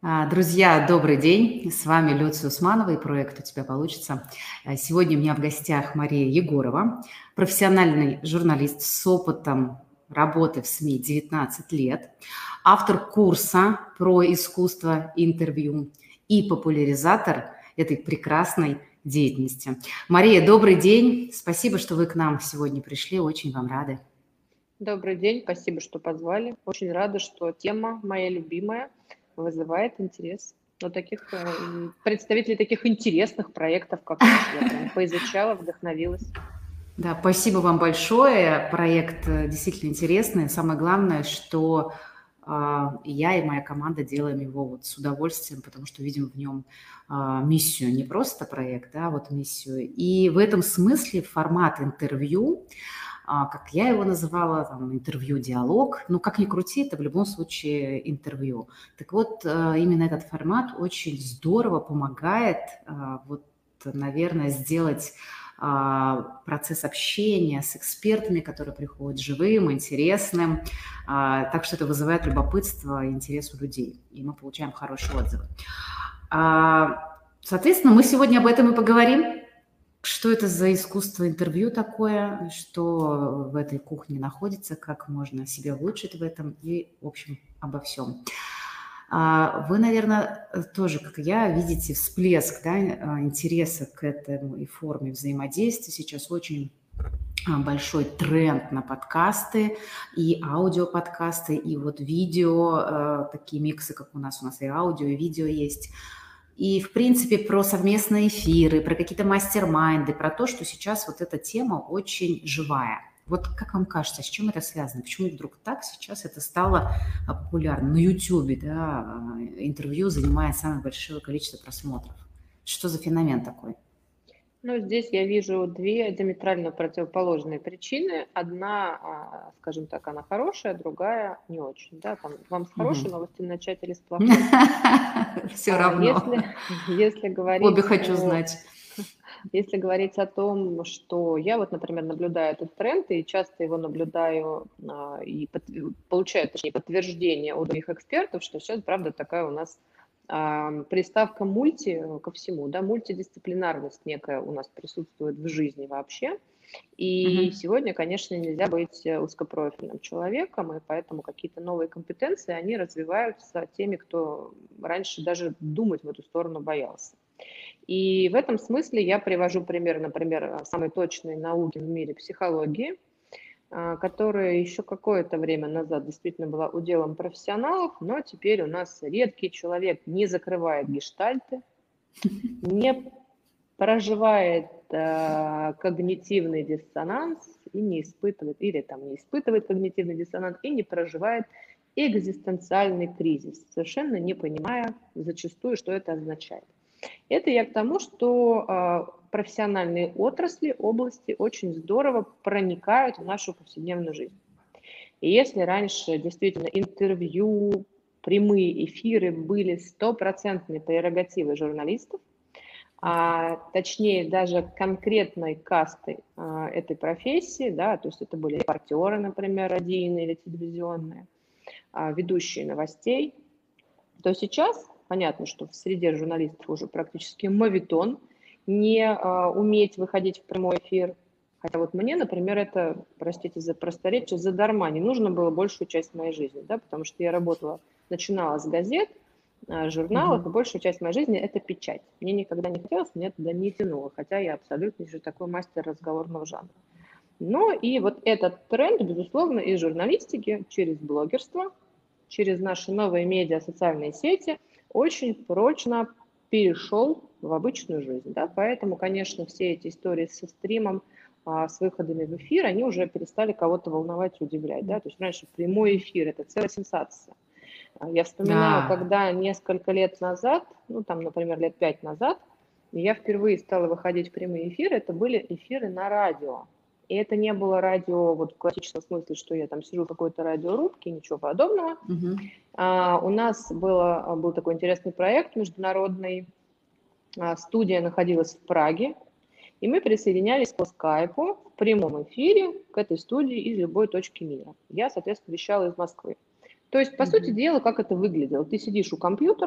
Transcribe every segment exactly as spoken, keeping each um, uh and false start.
А, Друзья, добрый день! С вами Люция Усманова и проект «У тебя получится». А, Сегодня у меня в гостях Мария Егорова, профессиональный журналист с опытом работы в СМИ девятнадцать лет, автор курса про искусство интервью и популяризатор этой прекрасной деятельности. Мария, добрый день! Спасибо, что вы к нам сегодня пришли, очень вам рады. Добрый день, спасибо, что позвали. Очень рада, что тема моя любимая вызывает интерес. У таких э, представителей таких интересных проектов, как ваш, я прям поизучала, вдохновилась. Да, спасибо вам большое. Проект э, действительно интересный. Самое главное, что а, я и моя команда делаем его вот с удовольствием, потому что видим в нем а, миссию, не просто проект, да, вот миссию. И в этом смысле формат интервью, а, как я его называла, там, интервью-диалог, ну, как ни крути, это в любом случае интервью. Так вот, э, именно этот формат очень здорово помогает, а, вот, наверное, сделать а, процесс общения с экспертами, которые приходят живым, интересным. А, Так что это вызывает любопытство и интерес у людей, и мы получаем хорошие отзывы. А, Соответственно, мы сегодня об этом и поговорим. Что это за искусство интервью такое, что в этой кухне находится, как можно себя улучшить в этом и, в общем, обо всем. А Вы, наверное, тоже, как и я, видите всплеск, да, интереса к этому и форме взаимодействия. Сейчас очень а, большой тренд на подкасты, и аудиоподкасты, и вот видео, э, такие миксы, как у нас, у нас и аудио, и видео есть. И, в принципе, про совместные эфиры, про какие-то мастер-майнды, про то, что сейчас вот эта тема очень живая. Вот как вам кажется, с чем это связано? Почему вдруг так сейчас это стало а, популярно? На Ютубе, да, а, интервью занимает самое большое количество просмотров. Что за феномен такой? Но здесь я вижу две диаметрально противоположные причины. Одна, а, скажем так, она хорошая, другая не очень. Да? Там, вам с хорошей новости начать или с плохой? Все А равно. Если, если Обе говорить хочу о знать. Если говорить о том, что я вот, например, наблюдаю этот тренд и часто его наблюдаю а, и под- получаю, точнее, подтверждение от других экспертов, что сейчас, правда, такая у нас а, приставка мульти ко всему, да, мультидисциплинарность некая у нас присутствует в жизни вообще. И Мгм. сегодня, конечно, нельзя быть э, узкопрофильным человеком, и поэтому какие-то новые компетенции, они развиваются теми, кто раньше даже думать в эту сторону боялся. И в этом смысле я привожу пример, например, самой точной науки в мире психологии, а, которая еще какое-то время назад действительно была уделом профессионалов, но теперь у нас редкий человек не закрывает гештальты, не проживает э, когнитивный диссонанс и не испытывает, или там не испытывает когнитивный диссонанс и не проживает экзистенциальный кризис, совершенно не понимая зачастую, что это означает. Это я к тому, что а, профессиональные отрасли, области очень здорово проникают в нашу повседневную жизнь. И если раньше действительно интервью, прямые эфиры были стопроцентной прерогативой журналистов, а точнее даже конкретной касты а, этой профессии, да, то есть это были репортеры, например, радийные или телевизионные, а, ведущие новостей, то сейчас понятно, что в среде журналистов уже практически моветон не а, уметь выходить в прямой эфир. Хотя вот мне, например, это, простите за просторечие, задарма не нужно было большую часть моей жизни, да, потому что я работала, начинала с газет, а, журналов, и Мгм. большую часть моей жизни это печать. Мне никогда не хотелось, меня туда не тянуло, хотя я абсолютно же такой мастер разговорного жанра. Но и вот этот тренд, безусловно, из журналистики через блогерство, через наши новые медиа, социальные сети очень прочно перешел в обычную жизнь. Да? Поэтому, конечно, все эти истории со стримом, а, с выходами в эфир, они уже перестали кого-то волновать и удивлять. Да? То есть раньше прямой эфир – это целая сенсация. А Я вспоминаю, Да. когда несколько лет назад, ну там, например, лет пять назад, я впервые стала выходить в прямые эфиры, это были эфиры на радио. И это не было радио вот в классическом смысле, что я там сижу в какой-то радиорубке, ничего подобного. Мгм. А, у нас было, был такой интересный проект международный. А, студия находилась в Праге, и мы присоединялись по скайпу в прямом эфире к этой студии из любой точки мира. Я, соответственно, вещала из Москвы. То есть, по сути Мгм. дела, как это выглядело? Ты сидишь у компьютера,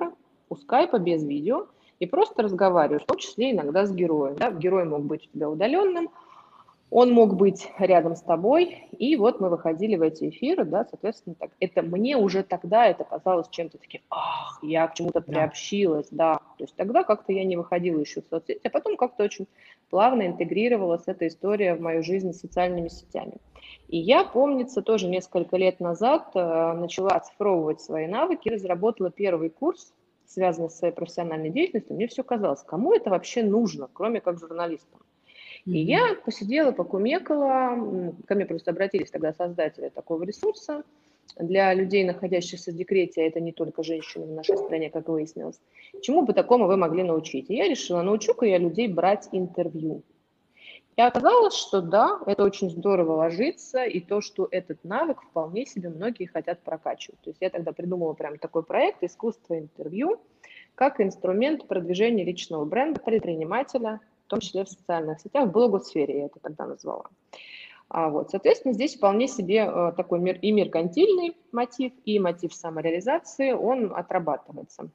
у скайпа без видео и просто разговариваешь, в том числе иногда с героем. Да? Герой мог быть у тебя удаленным, он мог быть рядом с тобой, и вот мы выходили в эти эфиры, да, соответственно, так, это мне уже тогда это казалось чем-то таким, ах, я к чему-то Да. приобщилась, да, то есть тогда как-то я не выходила еще в соцсети, а потом как-то очень плавно интегрировалась эта история в мою жизнь с социальными сетями. И я, помнится, тоже несколько лет назад э, начала оцифровывать свои навыки, разработала первый курс, связанный с своей профессиональной деятельностью. Мне все казалось, кому это вообще нужно, кроме как журналистам. И я посидела, покумекала, ко мне просто обратились тогда создатели такого ресурса для людей, находящихся в декрете, а это не только женщины в нашей стране, как выяснилось. Чему бы такому вы могли научить? И я решила, научу-ка я людей брать интервью. И оказалось, что да, это очень здорово ложится, и то, что этот навык вполне себе многие хотят прокачивать. То есть я тогда придумала прям такой проект «Искусство интервью» как инструмент продвижения личного бренда предпринимателя, в том числе в социальных сетях, в блогосфере я это тогда назвала. А вот, соответственно, здесь вполне себе э, такой мер, и меркантильный мотив, и мотив самореализации, он отрабатывается.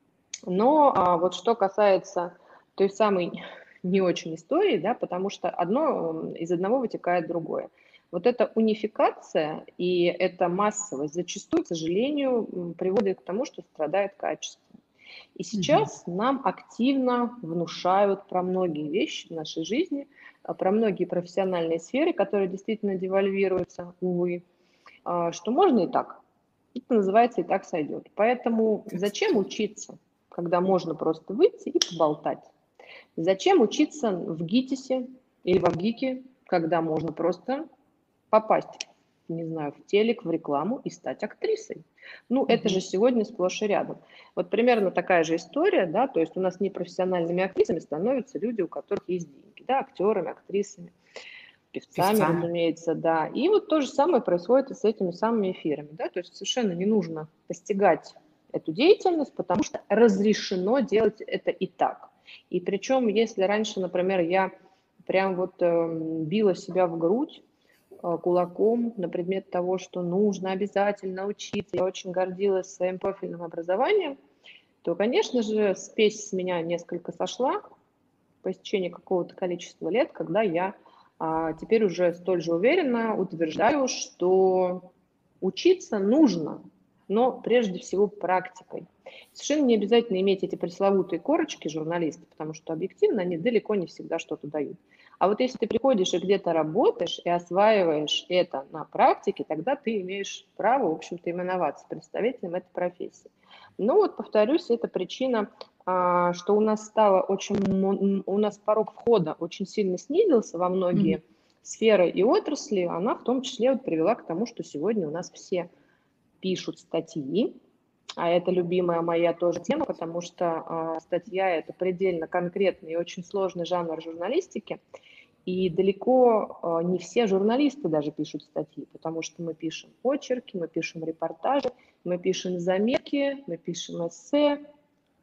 Но а, вот что касается той самой не очень истории, да, потому что одно из одного вытекает другое. Вот эта унификация и эта массовость зачастую, к сожалению, приводит к тому, что страдает качество. И сейчас mm-hmm. нам активно внушают про многие вещи в нашей жизни, про многие профессиональные сферы, которые действительно девальвируются, увы, что можно и так. Это называется «и так сойдет». Поэтому зачем учиться, когда можно просто выйти и поболтать? Зачем учиться в ГИТИСе или в ГИКе, когда можно просто попасть, не знаю, в телек, в рекламу и стать актрисой? Ну, mm-hmm. это же сегодня сплошь и рядом. Вот примерно такая же история, да, то есть у нас непрофессиональными актрисами становятся люди, у которых есть деньги, да, актерами, актрисами, певцами, певцами, разумеется, да. И вот то же самое происходит и с этими самыми эфирами, да, то есть совершенно не нужно постигать эту деятельность, потому что разрешено делать это и так. И причем, если раньше, например, я прям вот э, била себя в грудь э, кулаком на предмет того, что нужно обязательно учиться, я очень гордилась своим профильным образованием, то, конечно же, спесь с меня несколько сошла по истечении какого-то количества лет, когда я э, теперь уже столь же уверенно утверждаю, что учиться нужно, но прежде всего практикой. Совершенно не обязательно иметь эти пресловутые корочки журналиста, потому что объективно они далеко не всегда что-то дают. А вот если ты приходишь и где-то работаешь и осваиваешь это на практике, тогда ты имеешь право, в общем-то, именоваться представителем этой профессии. Ну вот, повторюсь, это причина, что у нас стало очень, у нас порог входа очень сильно снизился во многие mm-hmm. сферы и отрасли, она в том числе вот привела к тому, что сегодня у нас все пишут статьи, а это любимая моя тоже тема, потому что э, статья – это предельно конкретный и очень сложный жанр журналистики, и далеко э, не все журналисты даже пишут статьи, потому что мы пишем очерки, мы пишем репортажи, мы пишем заметки, мы пишем эссе, э,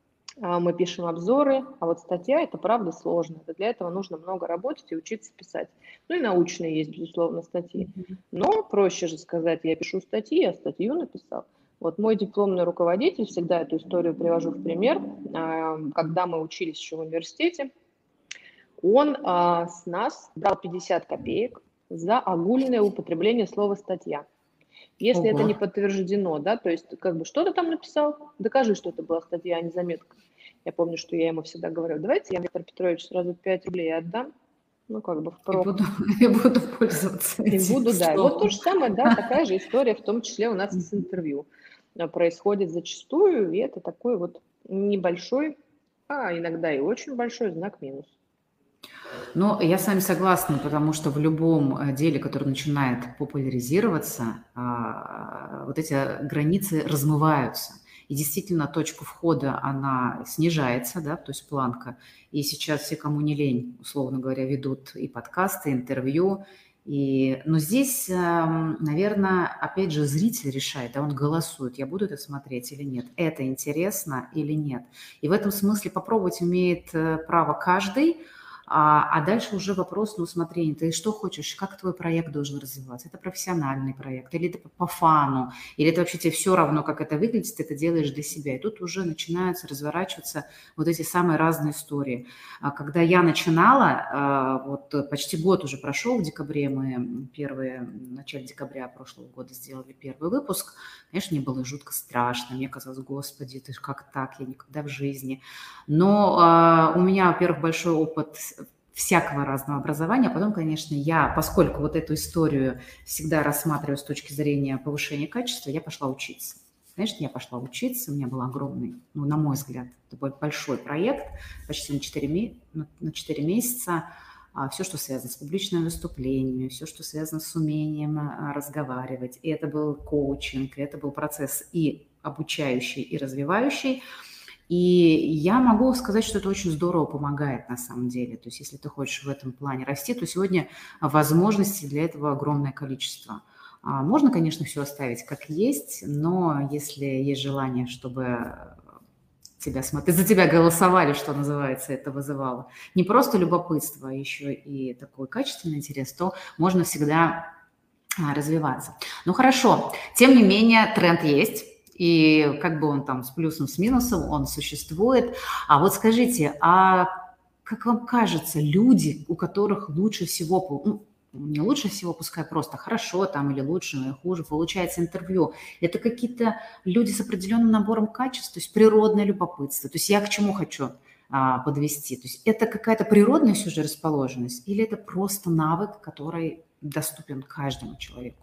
мы пишем обзоры, а вот статья – это правда сложно, для этого нужно много работать и учиться писать. Ну и научные есть, безусловно, статьи, но проще же сказать, я пишу статьи, я статью написал. Вот мой дипломный руководитель, всегда эту историю привожу в пример, когда мы учились еще в университете, он с нас брал пятьдесят копеек за огульное употребление слова «статья». Если Ого. Это не подтверждено, да, то есть как бы что-то там написал, докажи, что это была статья, а не заметка. Я помню, что я ему всегда говорю, давайте я, Виктор Петрович, сразу пять рублей отдам, ну как бы впрок. И буду, и буду пользоваться И буду, да. И вот то же самое, да, такая же история, в том числе у нас с интервью происходит зачастую, и это такой вот небольшой, а иногда и очень большой знак минус. Ну, я с вами согласна, потому что в любом деле, которое начинает популяризироваться, вот эти границы размываются. И действительно, точка входа, она снижается, да, то есть планка. И сейчас все, кому не лень, условно говоря, ведут и подкасты, и интервью. И... Но здесь, наверное, опять же, зритель решает, а он голосует, я буду это смотреть или нет, это интересно или нет. И в этом смысле попробовать имеет право каждый. А, а дальше уже вопрос на усмотрение. Ты что хочешь, как твой проект должен развиваться? Это профессиональный проект, или это по фану, или это вообще тебе все равно, как это выглядит, ты это делаешь для себя. И тут уже начинаются разворачиваться вот эти самые разные истории. А когда я начинала, вот почти год уже прошел, в декабре мы первые, в начале декабря прошлого года сделали первый выпуск, конечно, мне было жутко страшно, мне казалось, господи, ты ж как так, я никогда в жизни. Но у меня, во-первых, большой опыт всякого разного образования. Потом, конечно, я, поскольку вот эту историю всегда рассматриваю с точки зрения повышения качества, я пошла учиться. Конечно, я пошла учиться, у меня был огромный, ну, на мой взгляд, это был большой проект, почти на четыре, на четыре месяца. Все, что связано с публичными выступлениями, все, что связано с умением разговаривать. И это был коучинг, и это был процесс и обучающий, и развивающий. И я могу сказать, что это очень здорово помогает на самом деле. То есть если ты хочешь в этом плане расти, то сегодня возможностей для этого огромное количество. Можно, конечно, все оставить как есть, но если есть желание, чтобы тебя смотри, за тебя голосовали, что называется, это вызывало не просто любопытство, а еще и такой качественный интерес, то можно всегда развиваться. Ну хорошо, тем не менее тренд есть. И как бы он там с плюсом, с минусом, он существует. А вот скажите, а как вам кажется, люди, у которых лучше всего, ну, не лучше всего, пускай просто хорошо там или лучше, но и хуже, получается интервью, это какие-то люди с определенным набором качеств, то есть природное любопытство. То есть я к чему хочу а, подвести? То есть это какая-то природная все же расположенность или это просто навык, который доступен каждому человеку?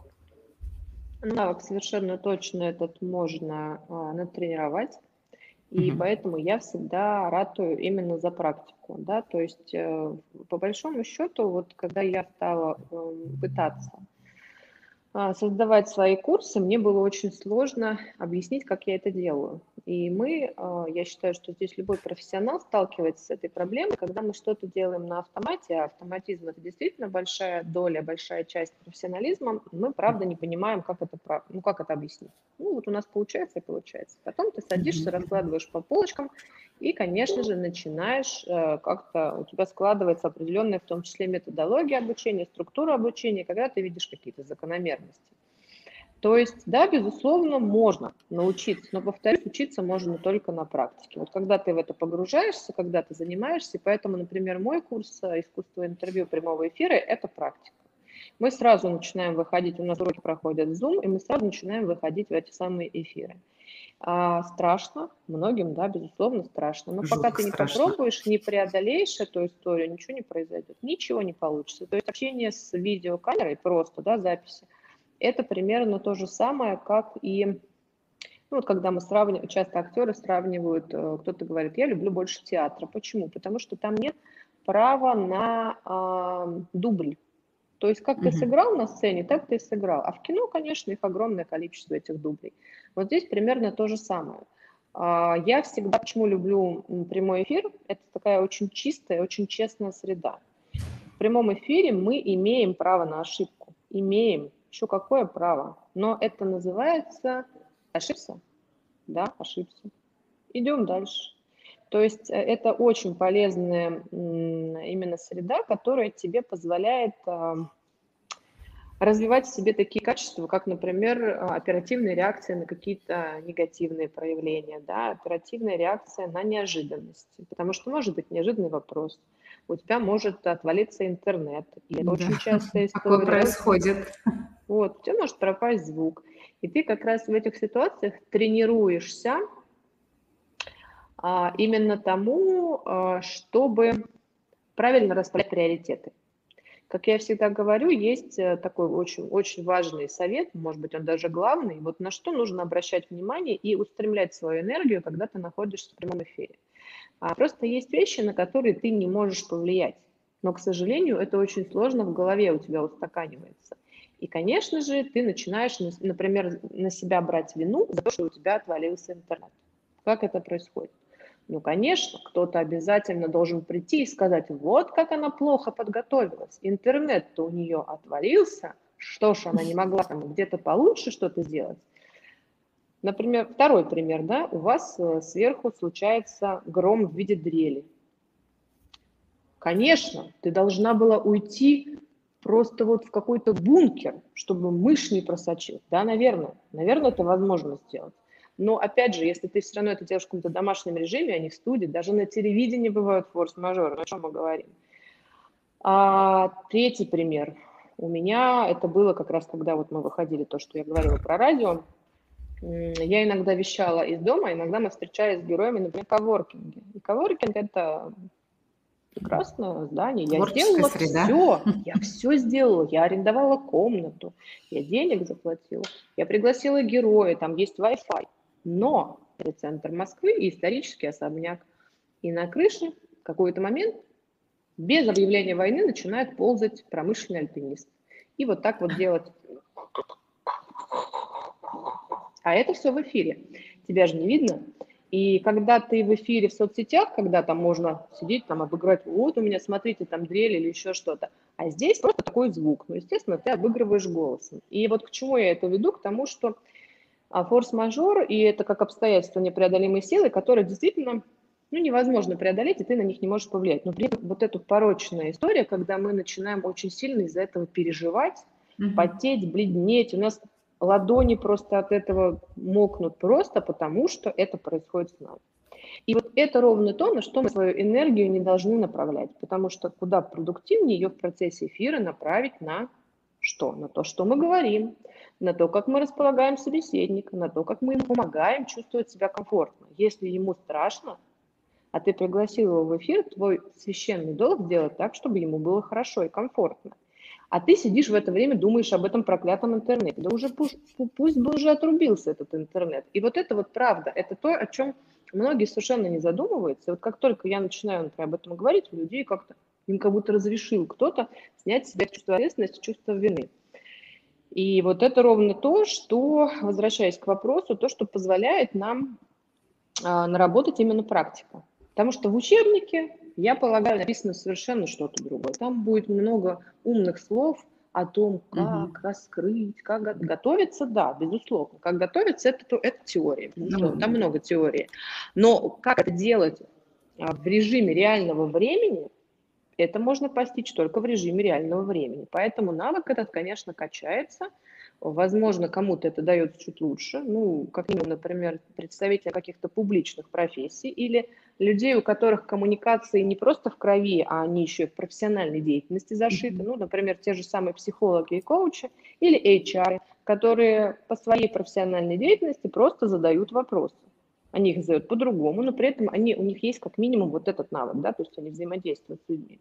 Навык совершенно точно этот можно а, натренировать, и mm-hmm. поэтому я всегда ратую именно за практику, да, то есть э, по большому счету, вот когда я стала э, пытаться э, создавать свои курсы, мне было очень сложно объяснить, как я это делаю. И мы, э, я считаю, что здесь любой профессионал сталкивается с этой проблемой, когда мы что-то делаем на автомате, а автоматизм – это действительно большая доля, большая часть профессионализма, мы, правда, не понимаем, как это, ну, как это объяснить. Ну, вот у нас получается и получается. Потом ты садишься, раскладываешь по полочкам, и, конечно же, начинаешь э, как-то, у тебя складывается определенная, в том числе, методология обучения, структура обучения, когда ты видишь какие-то закономерности. То есть, да, безусловно, можно научиться, но, повторюсь, учиться можно только на практике. Вот когда ты в это погружаешься, когда ты занимаешься, поэтому, например, мой курс «Искусство интервью прямого эфира» – это практика. Мы сразу начинаем выходить, у нас уроки проходят в Zoom, и мы сразу начинаем выходить в эти самые эфиры. А, страшно, многим, да, безусловно, страшно. Но Жутко пока ты не страшно. попробуешь, не преодолеешь эту историю, ничего не произойдет, ничего не получится. То есть общение с видеокамерой просто, да, записи, это примерно то же самое, как и, ну, вот когда мы сравниваем, часто актеры сравнивают, кто-то говорит, я люблю больше театра. Почему? Потому что там нет права на э, дубль. То есть как mm-hmm. ты сыграл на сцене, так ты и сыграл. А в кино, конечно, их огромное количество, этих дублей. Вот здесь примерно то же самое. Я всегда, почему люблю прямой эфир, это такая очень чистая, очень честная среда. В прямом эфире мы имеем право на ошибку. Имеем. Еще какое право? Но это называется ошибся. Да, ошибся. Идем дальше. То есть это очень полезная именно среда, которая тебе позволяет развивать в себе такие качества, как, например, оперативная реакция на какие-то негативные проявления, да, оперативная реакция на неожиданности, потому что может быть неожиданный вопрос, у тебя может отвалиться интернет, и это да. очень частая история. Такое происходит. Вот, у тебя может пропасть звук, и ты как раз в этих ситуациях тренируешься а, именно тому, а, чтобы правильно расставлять приоритеты. Как я всегда говорю, есть такой очень, очень важный совет, может быть, он даже главный, вот на что нужно обращать внимание и устремлять свою энергию, когда ты находишься в прямом эфире. А просто есть вещи, на которые ты не можешь повлиять, но, к сожалению, это очень сложно в голове у тебя устаканивается. И, конечно же, ты начинаешь, например, на себя брать вину за то, что у тебя отвалился интернет. Как это происходит? Ну, конечно, кто-то обязательно должен прийти и сказать, вот как она плохо подготовилась. Интернет-то у нее отвалился, что ж, она не могла там где-то получше что-то сделать. Например, второй пример, да, у вас сверху случается гром в виде дрели. Конечно, ты должна была уйти просто вот в какой-то бункер, чтобы мышь не просочилась. Да, наверное, наверное, это возможно сделать. Но, опять же, если ты все равно это делаешь в каком-то домашнем режиме, а не в студии, даже на телевидении бывают форс-мажоры, о чем мы говорим. А третий пример. У меня это было как раз, когда вот мы выходили, то, что я говорила про радио. Я иногда вещала из дома, иногда мы встречались с героями, например, коворкинге. И коворкинг – это прекрасное здание. Я Творческая сделала среда. все, я все сделала. Я арендовала комнату, я денег заплатила, я пригласила героя, там есть Wi-Fi. Но это центр Москвы и исторический особняк. И на крыше в какой-то момент без объявления войны начинает ползать промышленный альпинист. И вот так вот делать. А это все в эфире. Тебя же не видно. И когда ты в эфире в соцсетях, когда там можно сидеть, там обыграть, вот у меня, смотрите, там дрель или еще что-то. А здесь просто такой звук. Ну, естественно, ты обыгрываешь голосом. И вот к чему я это веду? К тому, что форс-мажор, и это как обстоятельства непреодолимой силы, которые действительно ну, невозможно преодолеть, и ты на них не можешь повлиять. Но при этом вот эта порочная история, когда мы начинаем очень сильно из-за этого переживать, mm-hmm. потеть, бледнеть, у нас ладони просто от этого мокнут просто потому, что это происходит с нами. И вот это ровно то, на что мы свою энергию не должны направлять, потому что куда продуктивнее ее в процессе эфира направить на что? На то, что мы говорим, на то, как мы располагаем собеседника, на то, как мы ему помогаем чувствовать себя комфортно. Если ему страшно, а ты пригласил его в эфир, твой священный долг сделать так, чтобы ему было хорошо и комфортно. А ты сидишь в это время, думаешь об этом проклятом интернете. Да уже пусть, пусть бы уже отрубился этот интернет. И вот это вот правда, это то, о чем многие совершенно не задумываются. И вот как только я начинаю, например, об этом говорить, у людей как-то, им как будто разрешил кто-то снять с себя чувство ответственности, чувство вины. И вот это ровно то, что, возвращаясь к вопросу, то, что позволяет нам а, наработать именно практику. Потому что в учебнике, я полагаю, написано совершенно что-то другое. Там будет много умных слов о том, как угу. раскрыть, как готовиться, да, безусловно. Как готовиться, это, это теория, безусловно, там много теории. Но как это делать в режиме реального времени, это можно постичь только в режиме реального времени. Поэтому навык этот, конечно, качается. Возможно, кому-то это дается чуть лучше. Ну, как минимум, например, представители каких-то публичных профессий или людей, у которых коммуникации не просто в крови, а они еще и в профессиональной деятельности зашиты. Mm-hmm. Ну, например, те же самые психологи и коучи или эйч ар, которые по своей профессиональной деятельности просто задают вопросы. Они их задают по-другому, но при этом они, у них есть как минимум вот этот навык, да, то есть они взаимодействуют с людьми.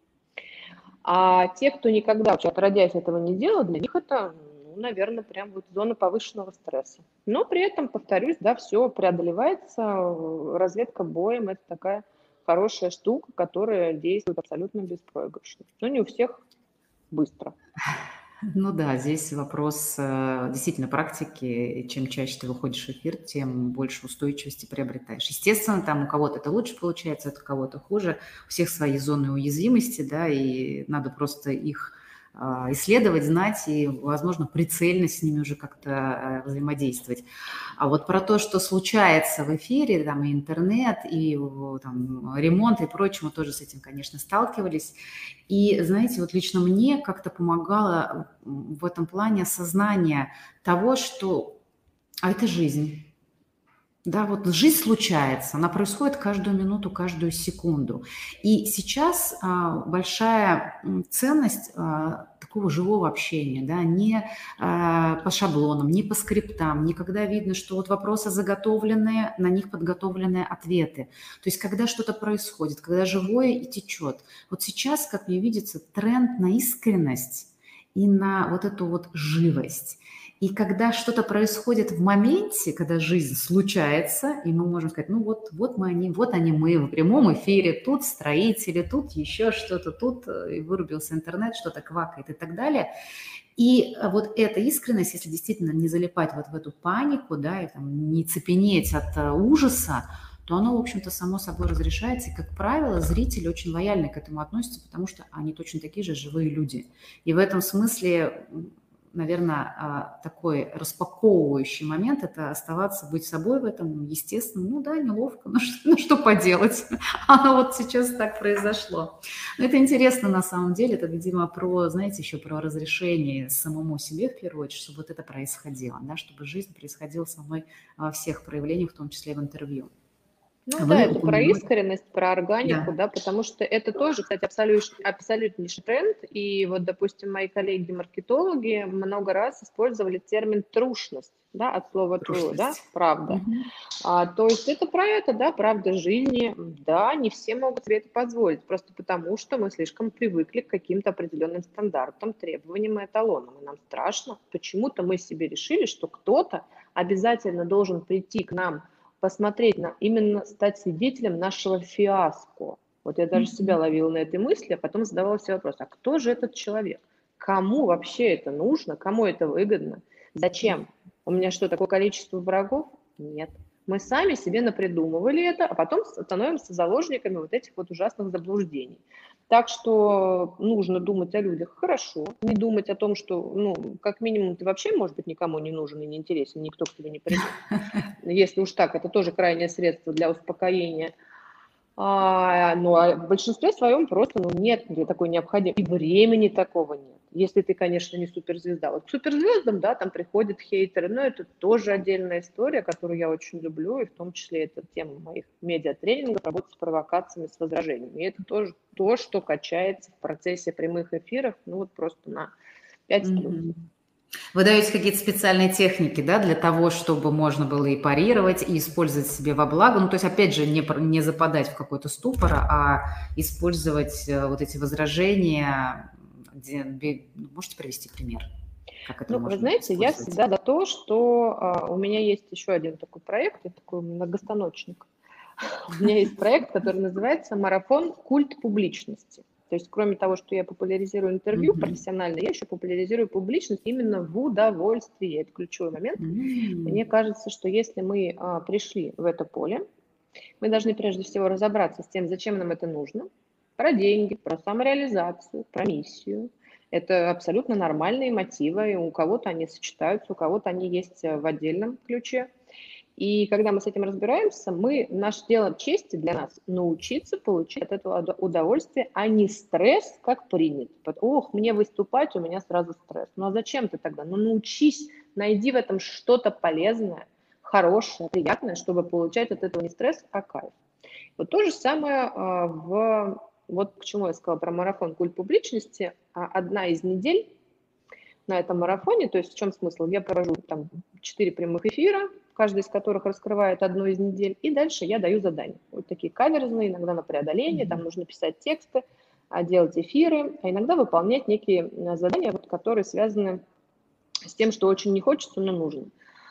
А те, кто никогда, отродясь, этого не делал, для них это, ну, наверное, прям вот зона повышенного стресса. Но при этом, повторюсь, да, все преодолевается, разведка боем – это такая хорошая штука, которая действует абсолютно беспроигрышно. Но не у всех быстро. Ну да, здесь вопрос э, действительно практики. Чем чаще ты выходишь в эфир, тем больше устойчивости приобретаешь. Естественно, там у кого-то это лучше получается, у кого-то хуже. У всех свои зоны уязвимости, да, и надо просто их э, исследовать, знать и, возможно, прицельно с ними уже как-то э, взаимодействовать. А вот про то, что случается в эфире, там и интернет, и там, ремонт и прочему, тоже с этим, конечно, сталкивались. И, знаете, вот лично мне как-то помогало в этом плане осознание того, что а это жизнь. Да, вот жизнь случается, она происходит каждую минуту, каждую секунду. И сейчас а, большая ценность а, такого живого общения, да, не а, по шаблонам, не по скриптам, не когда видно, что вот вопросы заготовленные, на них подготовленные ответы. То есть когда что-то происходит, когда живое и течет. Вот сейчас, как мне видится, тренд на искренность и на вот эту вот живость. И когда что-то происходит в моменте, когда жизнь случается, и мы можем сказать, ну вот, вот мы они, вот они мы в прямом эфире, тут строители, тут еще что-то, тут и вырубился интернет, что-то квакает и так далее. И вот эта искренность, если действительно не залипать вот в эту панику, да, и там не цепенеть от ужаса, то оно, в общем-то, само собой разрешается. И, как правило, зрители очень лояльно к этому относятся, потому что они точно такие же живые люди. И в этом смысле наверное, такой распаковывающий момент – это оставаться, быть собой в этом, естественно. Ну да, неловко, но что, ну, что поделать? Оно вот сейчас так произошло. Но это интересно на самом деле. Это, видимо, про, знаете, еще про разрешение самому себе, в первую очередь, чтобы вот это происходило, да, чтобы жизнь происходила со мной во всех проявлениях, в том числе в интервью. Ну да, Вы это про упомянули… искренность, про органику, Да. да, потому что это тоже, кстати, абсолют, абсолютнейший тренд. И вот, допустим, мои коллеги-маркетологи много раз использовали термин трушность, да, от слова true, да, Трушность. правда. Мгм. А, то есть это про это, да, правда жизни. Да, не все могут себе это позволить, просто потому что мы слишком привыкли к каким-то определенным стандартам, требованиям и эталонам. И нам страшно. Почему-то мы себе решили, что кто-то обязательно должен прийти к нам посмотреть на, именно стать свидетелем нашего фиаско. Вот я даже себя Мгм. ловила на этой мысли, а потом задавала себе вопрос, а кто же этот человек? Кому вообще это нужно? Кому это выгодно? Зачем? У меня что, такое количество врагов? Нет. Мы сами себе напридумывали это, а потом становимся заложниками вот этих вот ужасных заблуждений. Так что нужно думать о людях хорошо, не думать о том, что, ну, как минимум, ты вообще, может быть, никому не нужен и не интересен, никто к тебе не придет. Если уж так, это тоже крайнее средство для успокоения. А, ну, а в большинстве своем просто ну, нет такой необходимости. И времени такого нет. Если ты, конечно, не суперзвезда. Вот к суперзвездам, да, там приходят хейтеры, но это тоже отдельная история, которую я очень люблю, и в том числе это тема моих медиатренингов, работа с провокациями, с возражениями. И это тоже то, что качается в процессе прямых эфиров, ну вот просто на пять с плюсом. Мгм. Вы даете какие-то специальные техники, да, для того, чтобы можно было и парировать, и использовать себе во благо. Ну, то есть, опять же, не, пр- не западать в какой-то ступор, а использовать э, вот эти возражения, где… бе- Можете привести пример, как это Ну, вы можно знаете, я использовать? всегда за то, что а, у меня есть еще один такой проект, я такой многостаночник. У меня есть проект, который называется «Марафон. Культ публичности». То есть, кроме того, что я популяризирую интервью Мгм. профессионально, я еще популяризирую публичность именно в удовольствии. Это ключевой момент. Мне М. кажется, что если мы а, пришли в это поле, мы должны прежде всего разобраться с тем, зачем нам это нужно, про деньги, про самореализацию, про миссию. Это абсолютно нормальные мотивы, и у кого-то они сочетаются, у кого-то они есть э, в отдельном ключе. И когда мы с этим разбираемся, мы, наше дело чести для нас научиться получить от этого удо- удовольствие, а не стресс, как принято. Вот, ох, мне выступать, у меня сразу стресс. Ну а зачем ты тогда? Ну научись, найди в этом что-то полезное, хорошее, приятное, чтобы получать от этого не стресс, а кайф. Вот то же самое а, в… Вот к чему я сказала про марафон «Культ публичности». А, Одна из недель на этом марафоне, то есть в чем смысл? Я провожу там четыре прямых эфира, каждый из которых раскрывает одну из недель, и дальше я даю задания. Вот такие каверзные, иногда на преодоление, там Мгм. нужно писать тексты, а, делать эфиры, а иногда выполнять некие а, задания, вот, которые связаны с тем, что очень не хочется, но нужно.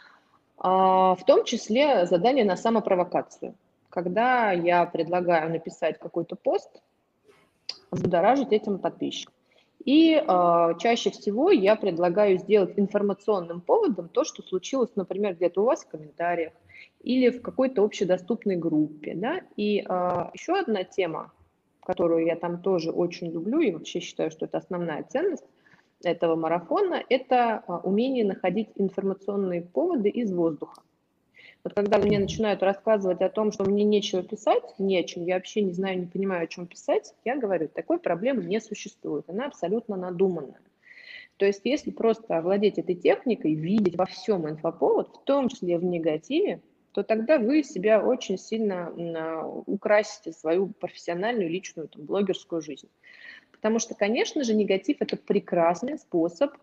А, В том числе задание на самопровокацию. Когда я предлагаю написать какой-то пост, взбудоражить этим подписчиков. И э, чаще всего я предлагаю сделать информационным поводом то, что случилось, например, где-то у вас в комментариях или в какой-то общедоступной группе. Да? И э, еще одна тема, которую я там тоже очень люблю и вообще считаю, что это основная ценность этого марафона, это э, умение находить информационные поводы из воздуха. Вот когда мне Мгм. начинают рассказывать о том, что мне нечего писать, не о чем, я вообще не знаю, не понимаю, о чем писать, я говорю, такой проблемы не существует, она абсолютно надуманная. То есть если просто овладеть этой техникой, видеть во всем инфоповод, в том числе в негативе, то тогда вы себя очень сильно а, украсите свою профессиональную, личную, там, блогерскую жизнь. Потому что, конечно же, негатив – это прекрасный способ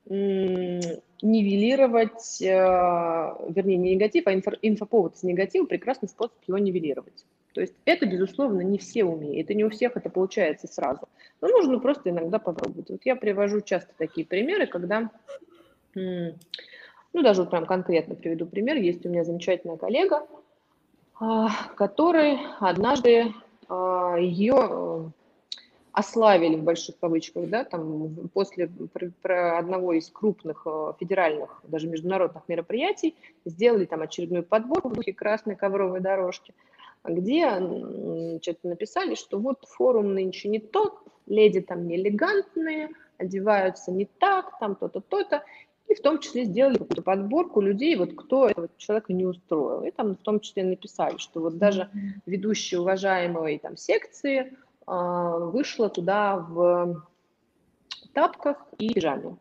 нивелировать, э, вернее, не негатив, а инфо, инфоповод с негатива – прекрасный способ его нивелировать. То есть это, безусловно, не все умеют, и не у всех это получается сразу. Но нужно просто иногда попробовать. Вот я привожу часто такие примеры, когда, ну, даже вот прям конкретно приведу пример. Есть у меня замечательная коллега, а, который однажды а, ее ославили в больших кавычках, да, там после про, про одного из крупных э, федеральных, даже международных мероприятий сделали там очередную подборку в духе красной ковровой дорожки, где значит, написали, что вот форум нынче не тот, леди там не элегантные, одеваются не так, там то-то, то-то. И в том числе сделали какую-то подборку людей, вот кто этого человека не устроил. И там в том числе написали, что вот даже ведущая уважаемой там секции а, вышла туда в тапках и пижаме.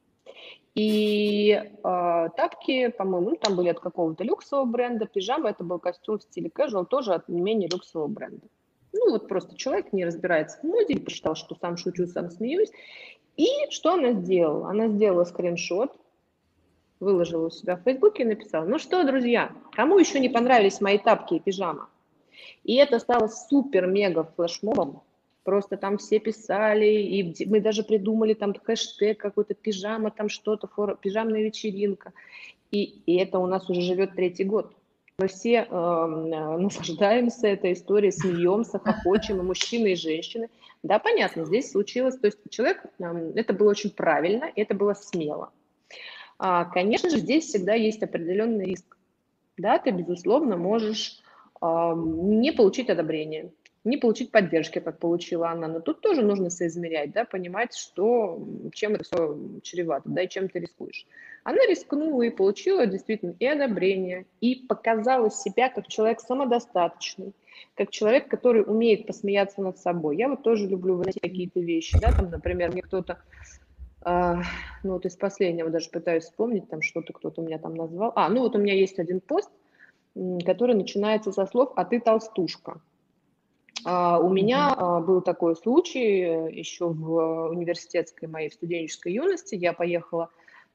И э, тапки, по-моему, ну, там были от какого-то люксового бренда, пижама это был костюм в стиле casual, тоже от не менее люксового бренда. Ну вот просто человек не разбирается в моде, посчитал, что сам шучу, сам смеюсь. И что она сделала? Она сделала скриншот, выложила у себя в Фейсбуке и написала: ну что, друзья, кому еще не понравились мои тапки и пижама? И это стало супер-мега флешмобом. Просто там все писали, и мы даже придумали там хэштег какой-то пижама, там что-то, фор... пижамная вечеринка. И, и это у нас уже живет третий год. Мы все э, наслаждаемся этой историей, смеемся, хохочем, и мужчины, и женщины. Да, понятно, здесь случилось, то есть человек, э, это было очень правильно, это было смело. А, конечно же, здесь всегда есть определенный риск. Да, ты, безусловно, можешь э, не получить одобрения, не получить поддержки, как получила она. Но тут тоже нужно соизмерять, да, понимать, что, чем это все чревато, да, и чем ты рискуешь. Она рискнула и получила действительно и одобрение, и показала себя как человек самодостаточный, как человек, который умеет посмеяться над собой. Я вот тоже люблю выносить какие-то вещи, да, там, например, мне кто-то, э, ну вот из последнего даже пытаюсь вспомнить, там что-то кто-то меня там назвал. А, ну вот у меня есть один пост, который начинается со слов «а ты толстушка». Uh, у меня uh, был такой случай еще в университетской моей студенческой юности. Я поехала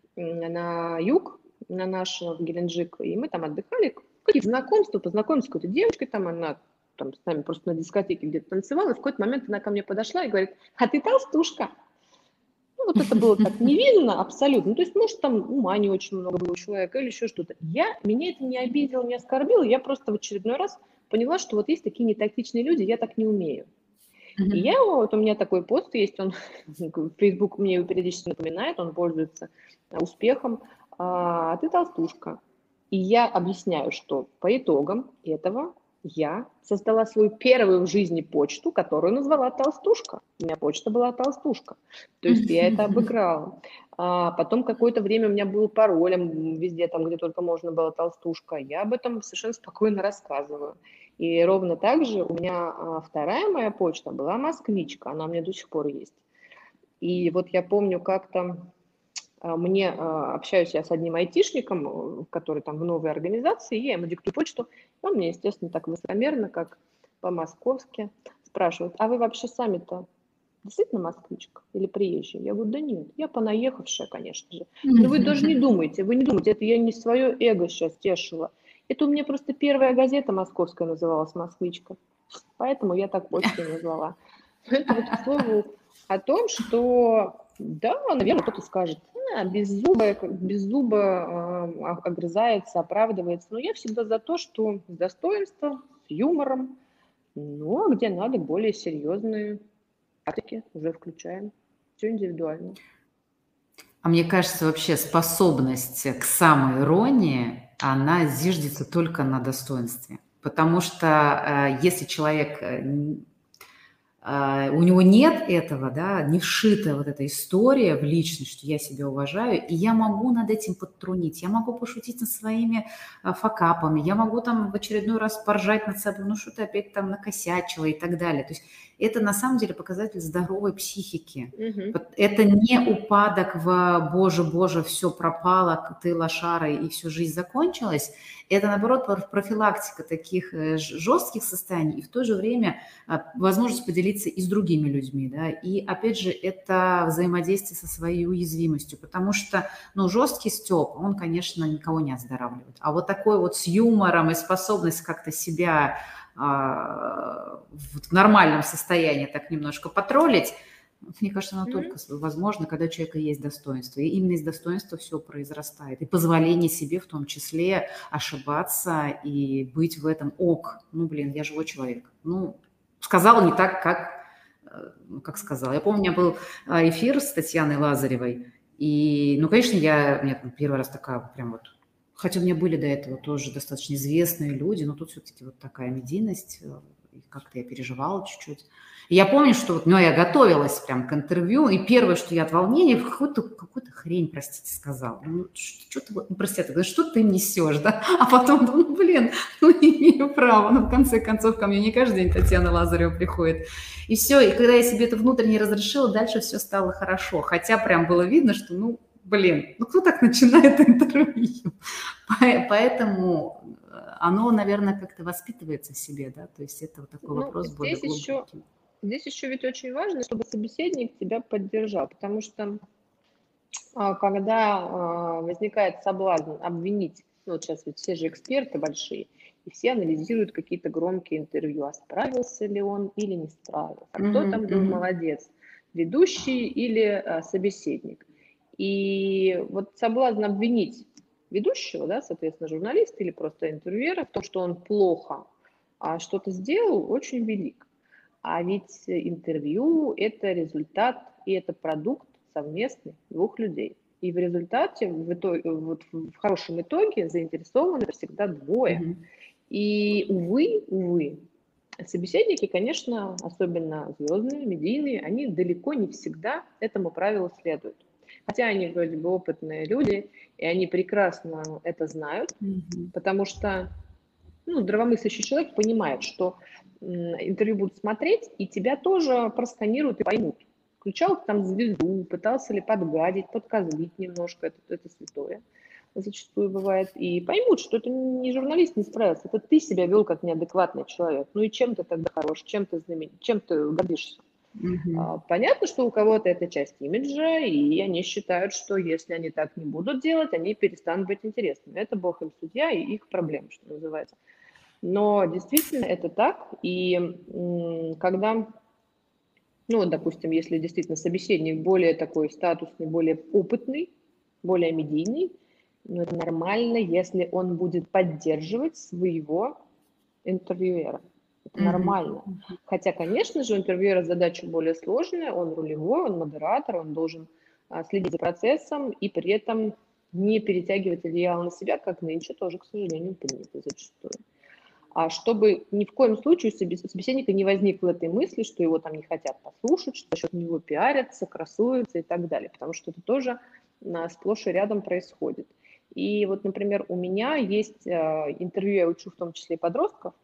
на юг, на наш, в Геленджик, и мы там отдыхали. Какие-то знакомства, познакомились с какой-то девочкой, там она там, с нами просто на дискотеке где-то танцевала, и в какой-то момент она ко мне подошла и говорит: а ты толстушка? Ну, вот это было так невинно абсолютно. Ну, то есть, может, там ума не очень много было у человека или еще что-то. Я, меня это не обидело, не оскорбило, я просто в очередной раз поняла, что вот есть такие нетактичные люди, я так не умею. Mm-hmm. И я, вот у меня такой пост есть, он, Facebook мне его периодически напоминает, он пользуется успехом, а ты толстушка. И я объясняю, что по итогам этого я создала свою первую в жизни почту, которую назвала «Толстушка». У меня почта была «Толстушка». То есть я это обыграла. А потом какое-то время у меня был паролем везде, там, где только можно было «Толстушка». Я об этом совершенно спокойно рассказываю. И ровно так же у меня вторая моя почта была «Москвичка». Она у меня до сих пор есть. И вот я помню, как-то мне общаюсь я с одним айтишником, который там в новой организации, и я ему диктую почту. Он мне, естественно, так высокомерно, как по-московски, спрашивает: а вы вообще сами-то действительно москвичка или приезжая? Я говорю: да нет, я понаехавшая, конечно же. Но вы даже не думайте, вы не думайте, это я не свое эго сейчас тешила. Это у меня просто первая газета московская называлась «Москвичка». Поэтому я так почту назвала. Это вот к слову о том, что, да, наверное, кто-то скажет: а, без зуба, без зуба э, огрызается, оправдывается. Но я всегда за то, что с достоинством, с юмором, ну, а где надо, более серьезные практики уже включаем. Все индивидуально. А мне кажется, вообще способность к самоиронии, она зиждется только на достоинстве. Потому что э, если человек... Э, у него нет этого, да, не вшита вот эта история в личность, что я себя уважаю, и я могу над этим подтрунить, я могу пошутить над своими факапами, я могу там в очередной раз поржать над собой, ну что ты опять там накосячила и так далее. То есть это на самом деле показатель здоровой психики. Mm-hmm. Это не упадок в «боже, боже, все пропало, ты лошара, и всю жизнь закончилась». Это, наоборот, профилактика таких жестких состояний и в то же время возможность поделиться и с другими людьми, да, и, опять же, это взаимодействие со своей уязвимостью, потому что, ну, жесткий стёб, он, конечно, никого не оздоравливает, а вот такой вот с юмором и способность как-то себя а, в нормальном состоянии так немножко потроллить, мне кажется, оно mm-hmm. только возможно, когда у человека есть достоинство. И именно из достоинства все произрастает. И позволение себе в том числе ошибаться и быть в этом ок. Ну, блин, я живой человек. Ну, сказала не так, как, как сказала. Я помню, у меня был эфир с Татьяной Лазаревой. И, ну, конечно, я, у меня там первый раз такая прям вот... Хотя у меня были до этого тоже достаточно известные люди, но тут все-таки вот такая медийность... и как-то я переживала чуть-чуть. И я помню, что вот, ну, я готовилась прям к интервью, и первое, что я от волнения, какую-то, какую-то хрень, простите, сказала. Ну, что, что ты, ну, простите, что ты несешь, да? А потом думаю, ну, блин, ну, не имею права. Ну, в конце концов, ко мне не каждый день Татьяна Лазарева приходит. И все, и когда я себе это внутренне разрешила, дальше все стало хорошо. Хотя прям было видно, что, ну, блин, ну кто так начинает интервью? Поэтому оно, наверное, как-то воспитывается в себе, да, то есть это вот такой Ну, вопрос более здесь еще, глубокий. здесь еще ведь очень важно, чтобы собеседник тебя поддержал, потому что а, когда а, возникает соблазн обвинить, ну вот сейчас ведь все же эксперты большие, и все анализируют какие-то громкие интервью, а справился ли он или не справился, а кто Мгм, там был мгм. молодец, ведущий или а, собеседник. И вот соблазн обвинить ведущего, да, соответственно, журналиста или просто интервьюера в том, что он плохо а, что-то сделал, очень велик. А ведь интервью – это результат и это продукт совместный двух людей. И в результате, в, итоге, вот в хорошем итоге, заинтересованы всегда двое. Мгм. И, увы, увы, собеседники, конечно, особенно звездные, медийные, они далеко не всегда этому правилу следуют. Хотя они вроде бы опытные люди, и они прекрасно это знают, Мгм. потому что ну, здравомыслящий человек понимает, что м, интервью будут смотреть, и тебя тоже просканируют и поймут. Включал ты там звезду, пытался ли подгадить, подкозлить немножко, это, это святое зачастую бывает, и поймут, что это не журналист не справился, это ты себя вел как неадекватный человек. Ну и чем ты тогда хорош, чем ты знаменит, чем ты гордишься? Мгм. Понятно, что у кого-то это часть имиджа, и они считают, что если они так не будут делать, они перестанут быть интересными. Это бог им судья и их проблема, что называется. Но действительно это так, и м, когда, ну, допустим, если действительно собеседник более такой статусный, более опытный, более медийный, ну, это нормально, если он будет поддерживать своего интервьюера. Это Мгм. нормально. Хотя, конечно же, у интервьюера задача более сложная, он рулевой, он модератор, он должен а, следить за процессом и при этом не перетягивать одеяло на себя, как нынче тоже, к сожалению, принято зачастую. А чтобы ни в коем случае у собеседника не возникло этой мысли, что его там не хотят послушать, что за счет него пиарятся, красуются и так далее, потому что это тоже а, сплошь и рядом происходит. И вот, например, у меня есть а, интервью, я учу в том числе и подростков,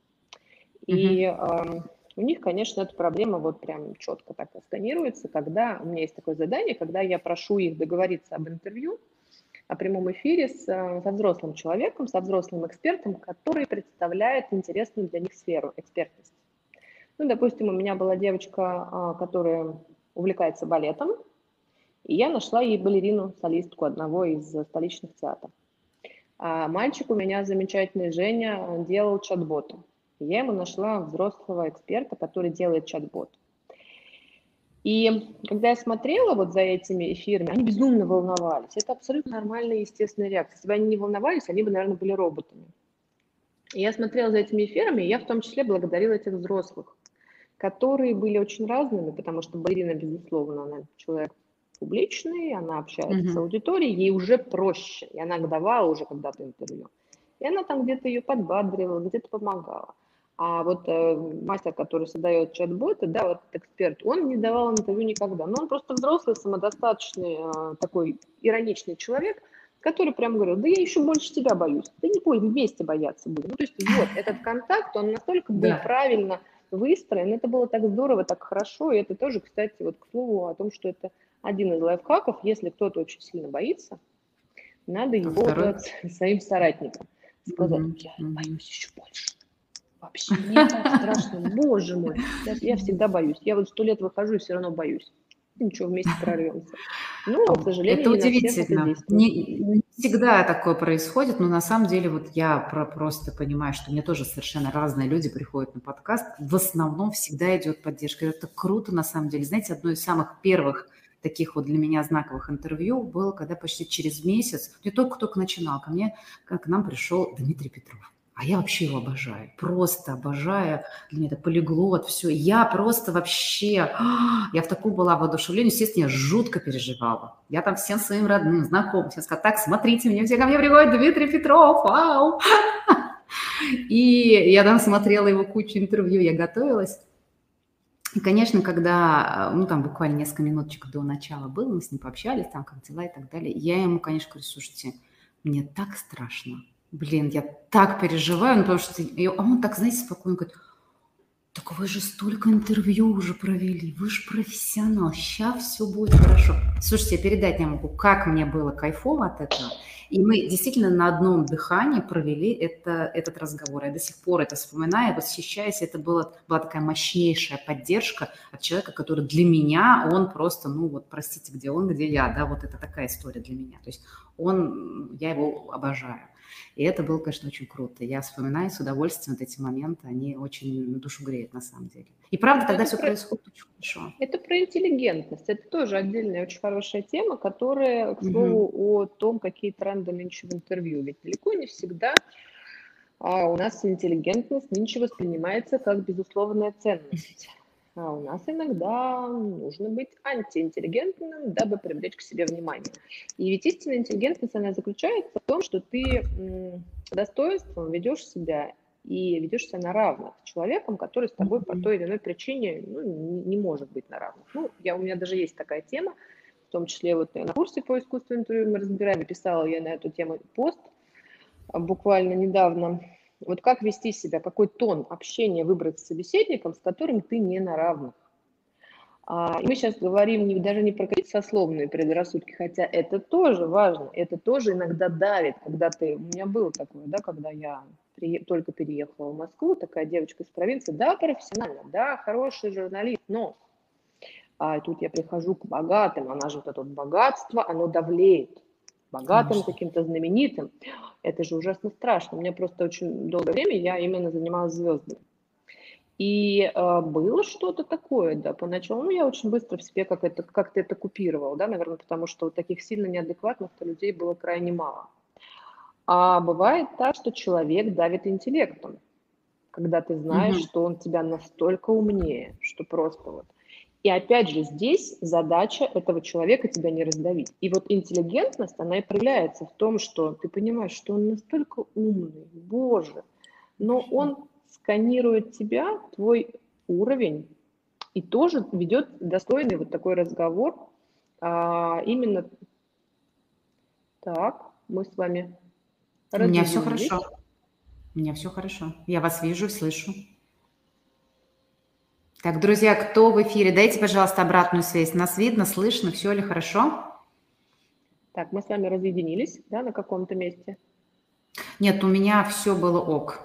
и э, у них, конечно, эта проблема вот прям четко так сканируется, когда у меня есть такое задание, когда я прошу их договориться об интервью, о прямом эфире с, со взрослым человеком, со взрослым экспертом, который представляет интересную для них сферу экспертности. Ну, допустим, у меня была девочка, которая увлекается балетом, и я нашла ей балерину, солистку одного из столичных театров. А мальчик у меня замечательный, Женя, делал чат-бота. Я ему нашла взрослого эксперта, который делает чат-бот. И когда я смотрела вот за этими эфирами, они безумно волновались. Это абсолютно нормальная и естественная реакция. Если бы они не волновались, они бы, наверное, были роботами. И я смотрела за этими эфирами, и я в том числе благодарила этих взрослых, которые были очень разными, потому что балерина, безусловно, она человек публичный, она общается Мгм. с аудиторией, ей уже проще, и она давала уже когда-то интервью. И она там где-то ее подбадривала, где-то помогала. А вот э, мастер, который создает чат-боты, да, вот эксперт, он не давал интервью никогда. Но он просто взрослый, самодостаточный, э, такой ироничный человек, который прям говорил, да я еще больше тебя боюсь. Да не будем вместе бояться будем. Ну, то есть вот этот контакт, он настолько был Да. правильно выстроен, это было так здорово, так хорошо. И это тоже, кстати, вот к слову о том, что это один из лайфхаков. Если кто-то очень сильно боится, надо То его второй. делать своим соратникам. Сказать, Мгм. я Мгм. боюсь еще больше. Вообще, мне так страшно, боже мой. Я, я всегда боюсь. Я вот сто лет выхожу и все равно боюсь. Ничего, вместе прорвемся. Но, к сожалению, Это не на всех это удивительно. действует. Не, не всегда такое происходит, но на самом деле вот я про, просто понимаю, что мне тоже совершенно разные люди приходят на подкаст. В основном всегда идет поддержка. Это круто на самом деле. Знаете, одно из самых первых таких вот для меня знаковых интервью было, когда почти через месяц, я только-только начинал, ко мне, к нам пришел Дмитрий Петров. А я вообще его обожаю, просто обожаю. Для меня это полиглот, все. Я просто вообще, я в таком была воодушевлении, естественно, я жутко переживала. Я там всем своим родным, знакомым, всем сказала, так, смотрите, меня все ко мне приходят, Дмитрий Петров, вау. И я там смотрела его кучу интервью, я готовилась. И, конечно, когда, ну, там буквально несколько минуточек до начала было, мы с ним пообщались, там, как дела и так далее, я ему, конечно, говорю, слушайте, мне так страшно, блин, я так переживаю, ну, потому что... И он так, знаете, спокойно говорит, так вы же столько интервью уже провели, вы же профессионал, сейчас все будет хорошо. Слушайте, я передать не могу, как мне было кайфово от этого. И мы действительно на одном дыхании провели это, этот разговор. Я до сих пор это вспоминаю, восхищаюсь. Это была, была такая мощнейшая поддержка от человека, который для меня, он просто, ну вот, простите, где он, где я, да, вот это такая история для меня. То есть он, я его обожаю. И это было, конечно, очень круто. Я вспоминаю с удовольствием вот эти моменты, они очень душу греют на самом деле. И правда, тогда Это все про, происходит очень хорошо. это про интеллигентность. Это тоже отдельная очень хорошая тема, которая, к Мгм. слову, о том, какие тренды нынче в интервью. Ведь далеко не всегда а, у нас интеллигентность нынче воспринимается как безусловная ценность. А у нас иногда нужно быть антиинтеллигентным, дабы привлечь к себе внимание. И ведь истинная интеллигентность, она заключается в том, что ты м, достоинством ведешь себя и ведешь себя на равных с человеком, который с тобой по Мгм. той или иной причине ну, не, не может быть на равных. Ну, я, у меня даже есть такая тема, в том числе вот на курсе по искусству интервью мы разбираем, писала я на эту тему пост а, буквально недавно. Вот как вести себя, какой тон общения выбрать с собеседником, с которым ты не на равных. А, и мы сейчас говорим не, даже не про какие-то сословные предрассудки, хотя это тоже важно, это тоже иногда давит, когда ты... У меня было такое, да, когда я при, только переехала в Москву, такая девочка из провинции, да, профессионально, да, хороший журналист, но а тут я прихожу к богатым, она же вот это вот богатство, оно давлеет. Богатым, Конечно. каким-то знаменитым. Это же ужасно страшно. У меня просто очень долгое время я именно занималась звездами. И э, было что-то такое, да, поначалу, ну, я очень быстро в себе как это, как-то это купировала, да, наверное, потому что вот таких сильно неадекватных-то людей было крайне мало. А бывает так, что человек давит интеллектом, когда ты знаешь, Мгм. что он тебя настолько умнее, что просто вот. И опять же, здесь задача этого человека тебя не раздавить. И вот интеллигентность, она и проявляется в том, что ты понимаешь, что он настолько умный, боже, но он сканирует тебя, твой уровень, и тоже ведет достойный вот такой разговор. А, именно так, мы с вами У меня все хорошо. разъединились. У меня все хорошо. Я вас вижу, слышу. Так, друзья, кто в эфире? Дайте, пожалуйста, обратную связь. Нас видно, слышно, все ли хорошо? Так, мы с вами разъединились, да, на каком-то месте. Нет, у меня все было ок.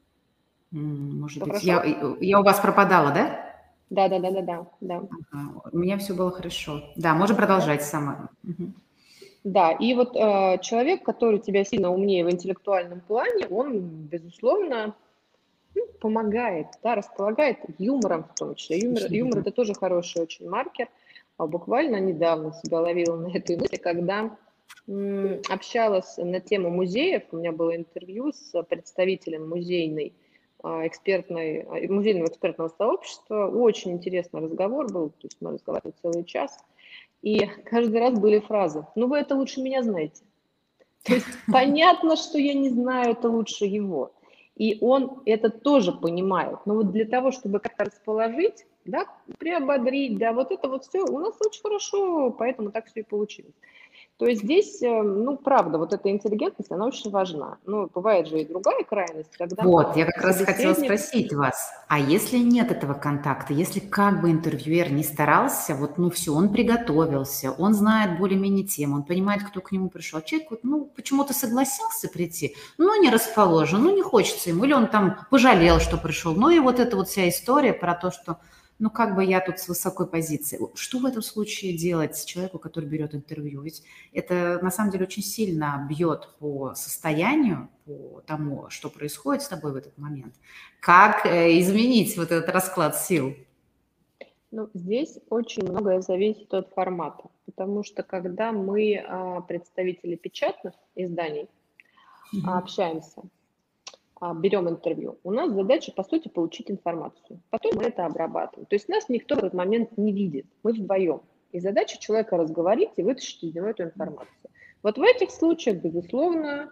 М, Может Все быть, я, хорошо? я у вас пропадала, да? Да, да, да, да, да, да. Ага, у меня все было хорошо. Да, можем Да? продолжать сама. Мгм. Да, и вот э, человек, который тебя сильно умнее в интеллектуальном плане, он, безусловно, ну, помогает, да, располагает юмором в том числе. Юмор, Очень юмор верно. это тоже хороший очень маркер. А буквально недавно себя ловила на этой мысли, когда м, общалась на тему музеев. У меня было интервью с представителем музейной а, экспертной, а, музейного экспертного сообщества. Очень интересный разговор был, то есть мы разговаривали целый час. И каждый раз были фразы: «Ну вы это лучше меня знаете». То есть понятно, что я не знаю это лучше его. И он это тоже понимает. Но вот для того, чтобы как-то расположить, да, приободрить, да, вот это вот все у нас очень хорошо, поэтому так все и получилось. То есть здесь, э, ну, правда, вот эта интеллигентность, она очень важна. Но бывает же и другая крайность, когда Вот, я как раз хотела собеседник... спросить вас, а если нет этого контакта, если как бы интервьюер не старался, вот, ну, все, он приготовился, он знает более-менее тему, он понимает, кто к нему пришел, а человек вот, ну, почему-то согласился прийти, ну, не расположен, ну, не хочется ему, или он там пожалел, что пришел, ну, и вот эта вот вся история про то, что, ну, как бы я тут с высокой позиции. Что в этом случае делать человеку, который берет интервью? Ведь это на самом деле очень сильно бьет по состоянию, по тому, что происходит с тобой в этот момент. Как э, изменить вот этот расклад сил? Ну, здесь очень многое зависит от формата, потому что когда мы, а, представители печатных изданий, а, Мгм. общаемся, а, берем интервью, у нас задача, по сути, получить информацию. Потом мы это обрабатываем. То есть нас никто в этот момент не видит, мы вдвоем. И задача человека разговорить и вытащить из него эту информацию. Вот в этих случаях, безусловно,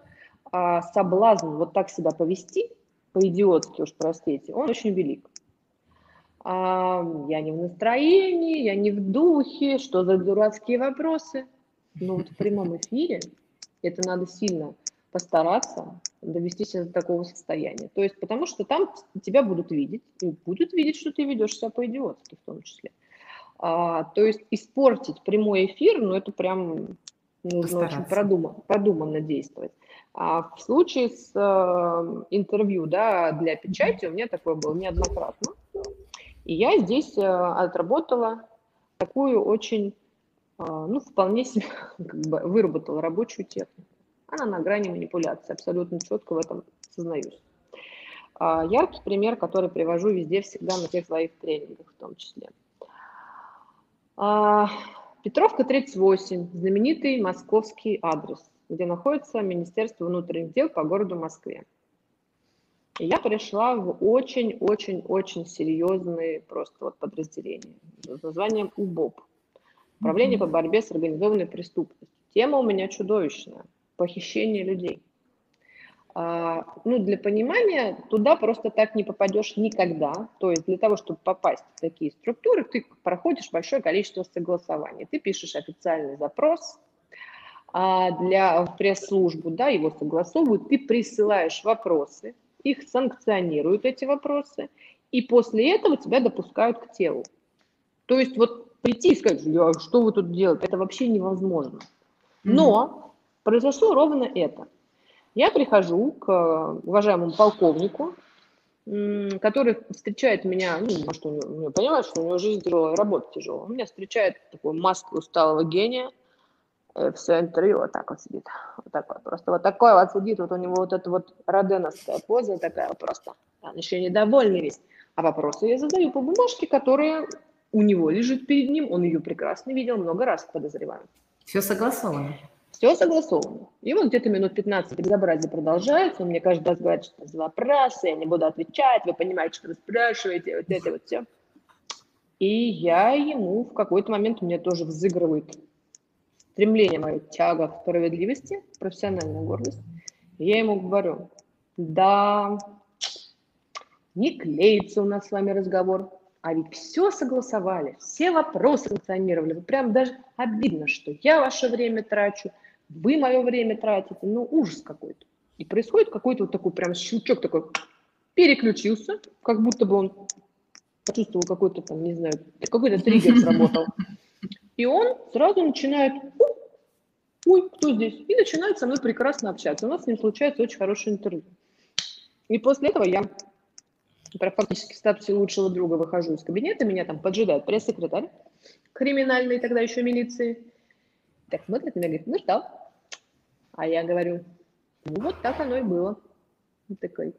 а, соблазн вот так себя повести, по-идиотски уж простите, он очень велик. А, я не в настроении, я не в духе, что за дурацкие вопросы. Но вот в прямом эфире это надо сильно постараться довести себя до такого состояния. То есть потому что там тебя будут видеть, и будут видеть, что ты ведешь себя по-идиотски в том числе. А, то есть испортить прямой эфир, ну это прям нужно очень продуманно, продуманно действовать. А в случае с э, интервью, да, для печати у меня такое было неоднократно. И я здесь э, отработала такую очень, э, ну, вполне себе как бы выработала рабочую технику. Она на грани манипуляции, абсолютно четко в этом сознаюсь. А, яркий пример, который привожу везде, всегда на всех своих тренингах в том числе. А, Петровка, тридцать восемь, знаменитый московский адрес, где находится Министерство внутренних дел по городу Москве. И я пришла в очень-очень-очень серьезные просто вот подразделения с названием УБОП, Управление по борьбе с организованной преступностью. Тема у меня чудовищная – похищение людей. А, ну, для понимания, туда просто так не попадешь никогда. То есть для того, чтобы попасть в такие структуры, ты проходишь большое количество согласований. Ты пишешь официальный запрос а, для в пресс-службу, да, его согласовывают, ты присылаешь вопросы, их санкционируют, эти вопросы, и после этого тебя допускают к телу. То есть вот прийти и сказать, что вы тут делаете, это вообще невозможно. Но произошло ровно это. Я прихожу к уважаемому полковнику, который встречает меня, ну, может, у него, я понимаю, что у него жизнь тяжелая, работа тяжелая. Он меня встречает такой маской усталого гения, все интервью вот так вот сидит, вот так вот, просто вот такой вот сидит, вот у него вот эта вот роденовская поза такая вот просто, он еще недовольный весь. А вопросы я задаю по бумажке, которая у него лежит перед ним, он ее прекрасно видел много раз, подозреваю. Все согласовано. Все согласовано. И вот где-то минут пятнадцать безобразие продолжается. Он мне каждый раз говорит, что это вопросы, я не буду отвечать, вы понимаете, что вы спрашиваете, вот это вот все. И я ему в какой-то момент, у меня тоже взыгрывает стремление мое, тяга к справедливости, профессиональная гордость. И я ему говорю, да, не клеится у нас с вами разговор. А ведь все согласовали, все вопросы санкционировали. Прям даже обидно, что я ваше время трачу, вы мое время тратите. Ну, ужас какой-то. И происходит какой-то вот такой прям щелчок такой, переключился, как будто бы он почувствовал какой-то там, не знаю, какой-то триггер сработал. И он сразу начинает, ой, кто здесь? И начинает со мной прекрасно общаться. У нас с ним случается очень хорошее интервью. И после этого я практически в статусе лучшего друга выхожу из кабинета, меня там поджидает пресс-секретарь криминальной тогда еще милиции. Так смотрит на меня, говорит, ну что? А я говорю, ну вот так оно и было. Вот такой,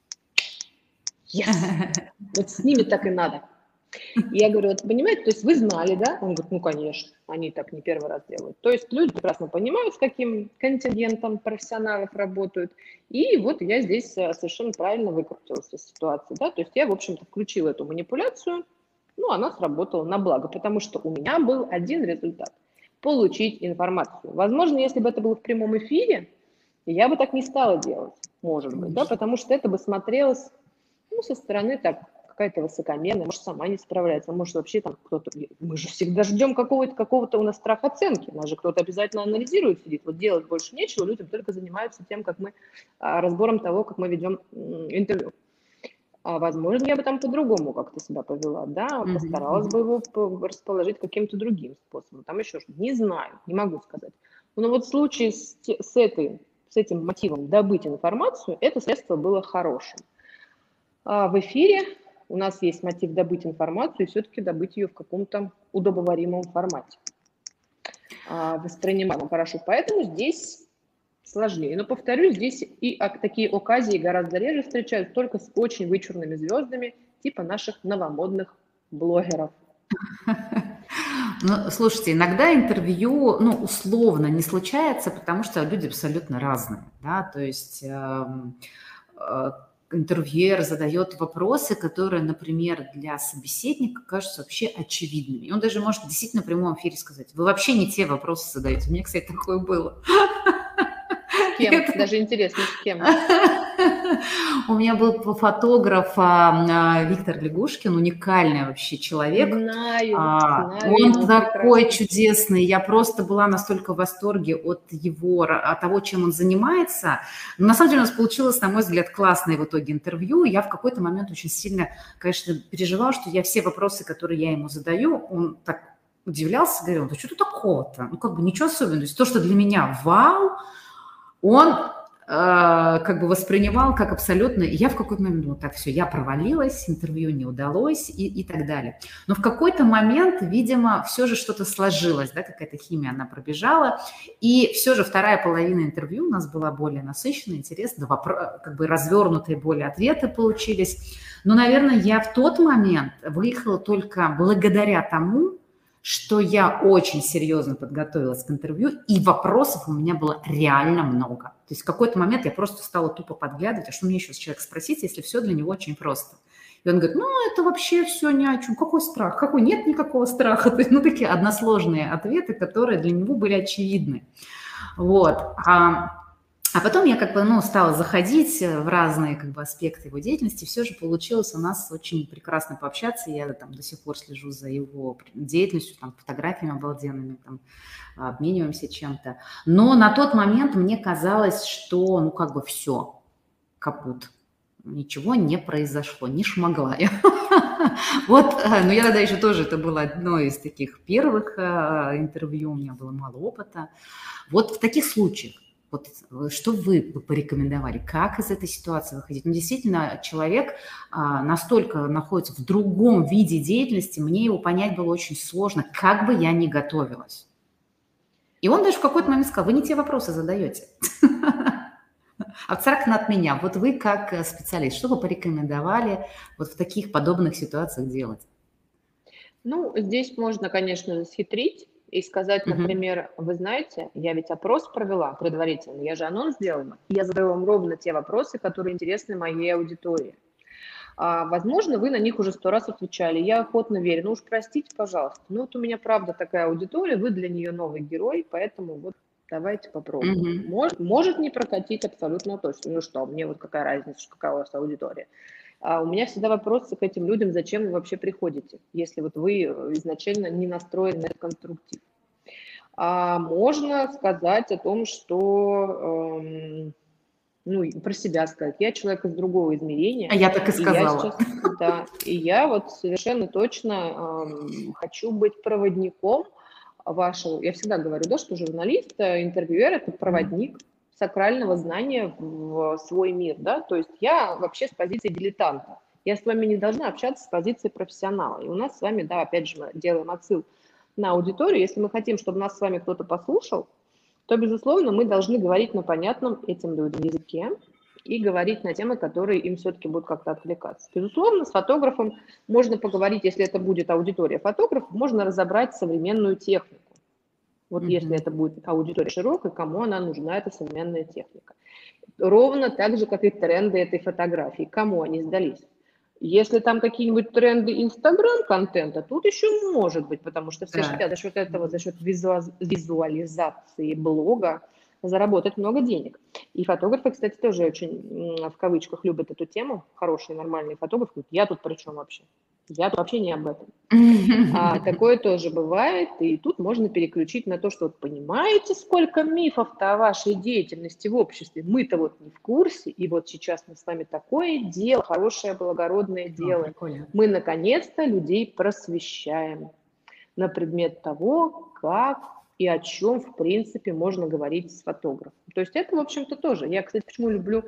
yes! Вот с ними так и надо. И я говорю, вот понимаете, то есть вы знали, да? Он говорит, ну конечно, они так не первый раз делают. То есть люди прекрасно понимают, с каким контингентом профессионалов работают. И вот я здесь совершенно правильно выкрутилась из ситуации, да? То есть я, в общем-то, включила эту манипуляцию, ну, она сработала на благо, потому что у меня был один результат – получить информацию. Возможно, если бы это было в прямом эфире, я бы так не стала делать, может быть, да? Потому что это бы смотрелось, ну, со стороны так, какая-то высокомерная, может, сама не справляется, может, вообще там кто-то... Мы же всегда ждем какого-то, какого-то у нас страх оценки, нас же кто-то обязательно анализирует, сидит. Вот делать больше нечего, людям только занимаются тем, как мы... разбором того, как мы ведем интервью. А, возможно, я бы там по-другому как-то себя повела, да, mm-hmm. постаралась бы его расположить каким-то другим способом. Там еще что-то. Не знаю, не могу сказать. Но вот в случае с, с, этой, с этим мотивом добыть информацию, это средство было хорошим. А в эфире у нас есть мотив добыть информацию и все-таки добыть ее в каком-то удобоваримом формате. А, воспринимаемом хорошо. Поэтому здесь сложнее. Но, повторюсь, здесь и такие оказии гораздо реже встречаются, только с очень вычурными звездами, типа наших новомодных блогеров. Ну, слушайте, иногда интервью, ну, условно не случается, потому что люди абсолютно разные, да, то есть э, э, интервьюер задает вопросы, которые, например, для собеседника кажутся вообще очевидными. И он даже может действительно в прямом эфире сказать, вы вообще не те вопросы задаете. У меня, кстати, такое было. кем? Даже интересно, с кем? У меня был фотограф а, а, Виктор Лягушкин, уникальный вообще человек. Знаю, А, знаю Он его такой прекрасно. чудесный. Я просто была настолько в восторге от его, от того, чем он занимается. Но на самом деле у нас получилось, на мой взгляд, классное в итоге интервью. Я в какой-то момент очень сильно, конечно, переживала, что я все вопросы, которые я ему задаю, он так удивлялся, говорил: да что-то такого-то, ну как бы ничего особенного. То есть то, что для меня вау, он э, как бы воспринимал как абсолютно... И я в какой-то момент думала: так, все, я провалилась, интервью не удалось и, и так далее. Но в какой-то момент, видимо, все же что-то сложилось, да, какая-то химия, она пробежала. И все же вторая половина интервью у нас была более насыщенная, интересная, вопро- как бы развернутые более ответы получились. Но, наверное, я в тот момент выехала только благодаря тому, что я очень серьезно подготовилась к интервью, и вопросов у меня было реально много. То есть в какой-то момент я просто стала тупо подглядывать, а что мне еще с человека спросить, если все для него очень просто. И он говорит: ну, это вообще все ни о чем. Какой страх? Какой? Нет никакого страха. То есть, ну, такие односложные ответы, которые для него были очевидны. Вот. А А потом я как бы, ну, стала заходить в разные как бы аспекты его деятельности. Все же получилось у нас очень прекрасно пообщаться. Я там до сих пор слежу за его деятельностью, там, фотографиями обалденными, там, обмениваемся чем-то. Но на тот момент мне казалось, что, ну, как бы все, капут. Ничего не произошло, не шмогла я. Вот, но я тогда еще тоже, это было одно из таких первых интервью, у меня было мало опыта. Вот в таких случаях, вот что вы бы порекомендовали, как из этой ситуации выходить? Ну, действительно, человек а, настолько находится в другом виде деятельности, мне его понять было очень сложно, как бы я ни готовилась. И он даже в какой-то момент сказал: вы не те вопросы задаете. Абстрактно от меня. Вот вы как специалист, что бы порекомендовали вот в таких подобных ситуациях делать? Ну, здесь можно, конечно, схитрить и сказать, Мгм. например: вы знаете, я ведь опрос провела предварительно, я же анонс сделала, и я задаю вам ровно те вопросы, которые интересны моей аудитории. А, возможно, вы на них уже сто раз отвечали, я охотно верю, ну уж простите, пожалуйста, но вот у меня правда такая аудитория, вы для нее новый герой, поэтому вот давайте попробуем. Мгм. Может, может не прокатить абсолютно точно. Ну что, мне вот какая разница, какая у вас аудитория. А у меня всегда вопросы к этим людям: зачем вы вообще приходите, если вот вы изначально не настроены на конструктив. А можно сказать о том, что, эм, ну, и про себя сказать: я человек из другого А измерения, я так и и я сказала. сейчас, да, и я вот совершенно точно эм, хочу быть проводником вашего. Я всегда говорю, да, что журналист, э, интервьюер – это проводник сакрального знания в свой мир, да, то есть я вообще с позиции дилетанта. Я с вами не должна общаться с позиции профессионала. И у нас с вами, да, опять же, мы делаем отсыл на аудиторию. Если мы хотим, чтобы нас с вами кто-то послушал, то, безусловно, мы должны говорить на понятном этим людям языке и говорить на темы, которые им все-таки будут как-то отвлекаться. Безусловно, с фотографом можно поговорить, если это будет аудитория фотографов, можно разобрать современную технику. Вот если Мгм. это будет аудитория широкая, кому она нужна, эта современная техника. Ровно так же, как и тренды этой фотографии, кому они сдались. Если там какие-нибудь тренды Инстаграм-контента, тут еще может быть, потому что все же Да. хотят за счет этого, за счет визуализации блога заработать много денег. И фотографы, кстати, тоже очень, в кавычках, любят эту тему. Хорошие, нормальные фотографы. Я тут при чем вообще? Я тут вообще не об этом. А, такое тоже бывает, и тут можно переключить на то, что вот понимаете, сколько мифов-то о вашей деятельности в обществе. Мы-то вот не в курсе, и вот сейчас мы с вами такое дело, хорошее, благородное О, делаем. прикольно. Мы наконец-то людей просвещаем на предмет того, как и о чем, в принципе, можно говорить с фотографом. То есть это, в общем-то, тоже. Я, кстати, почему люблю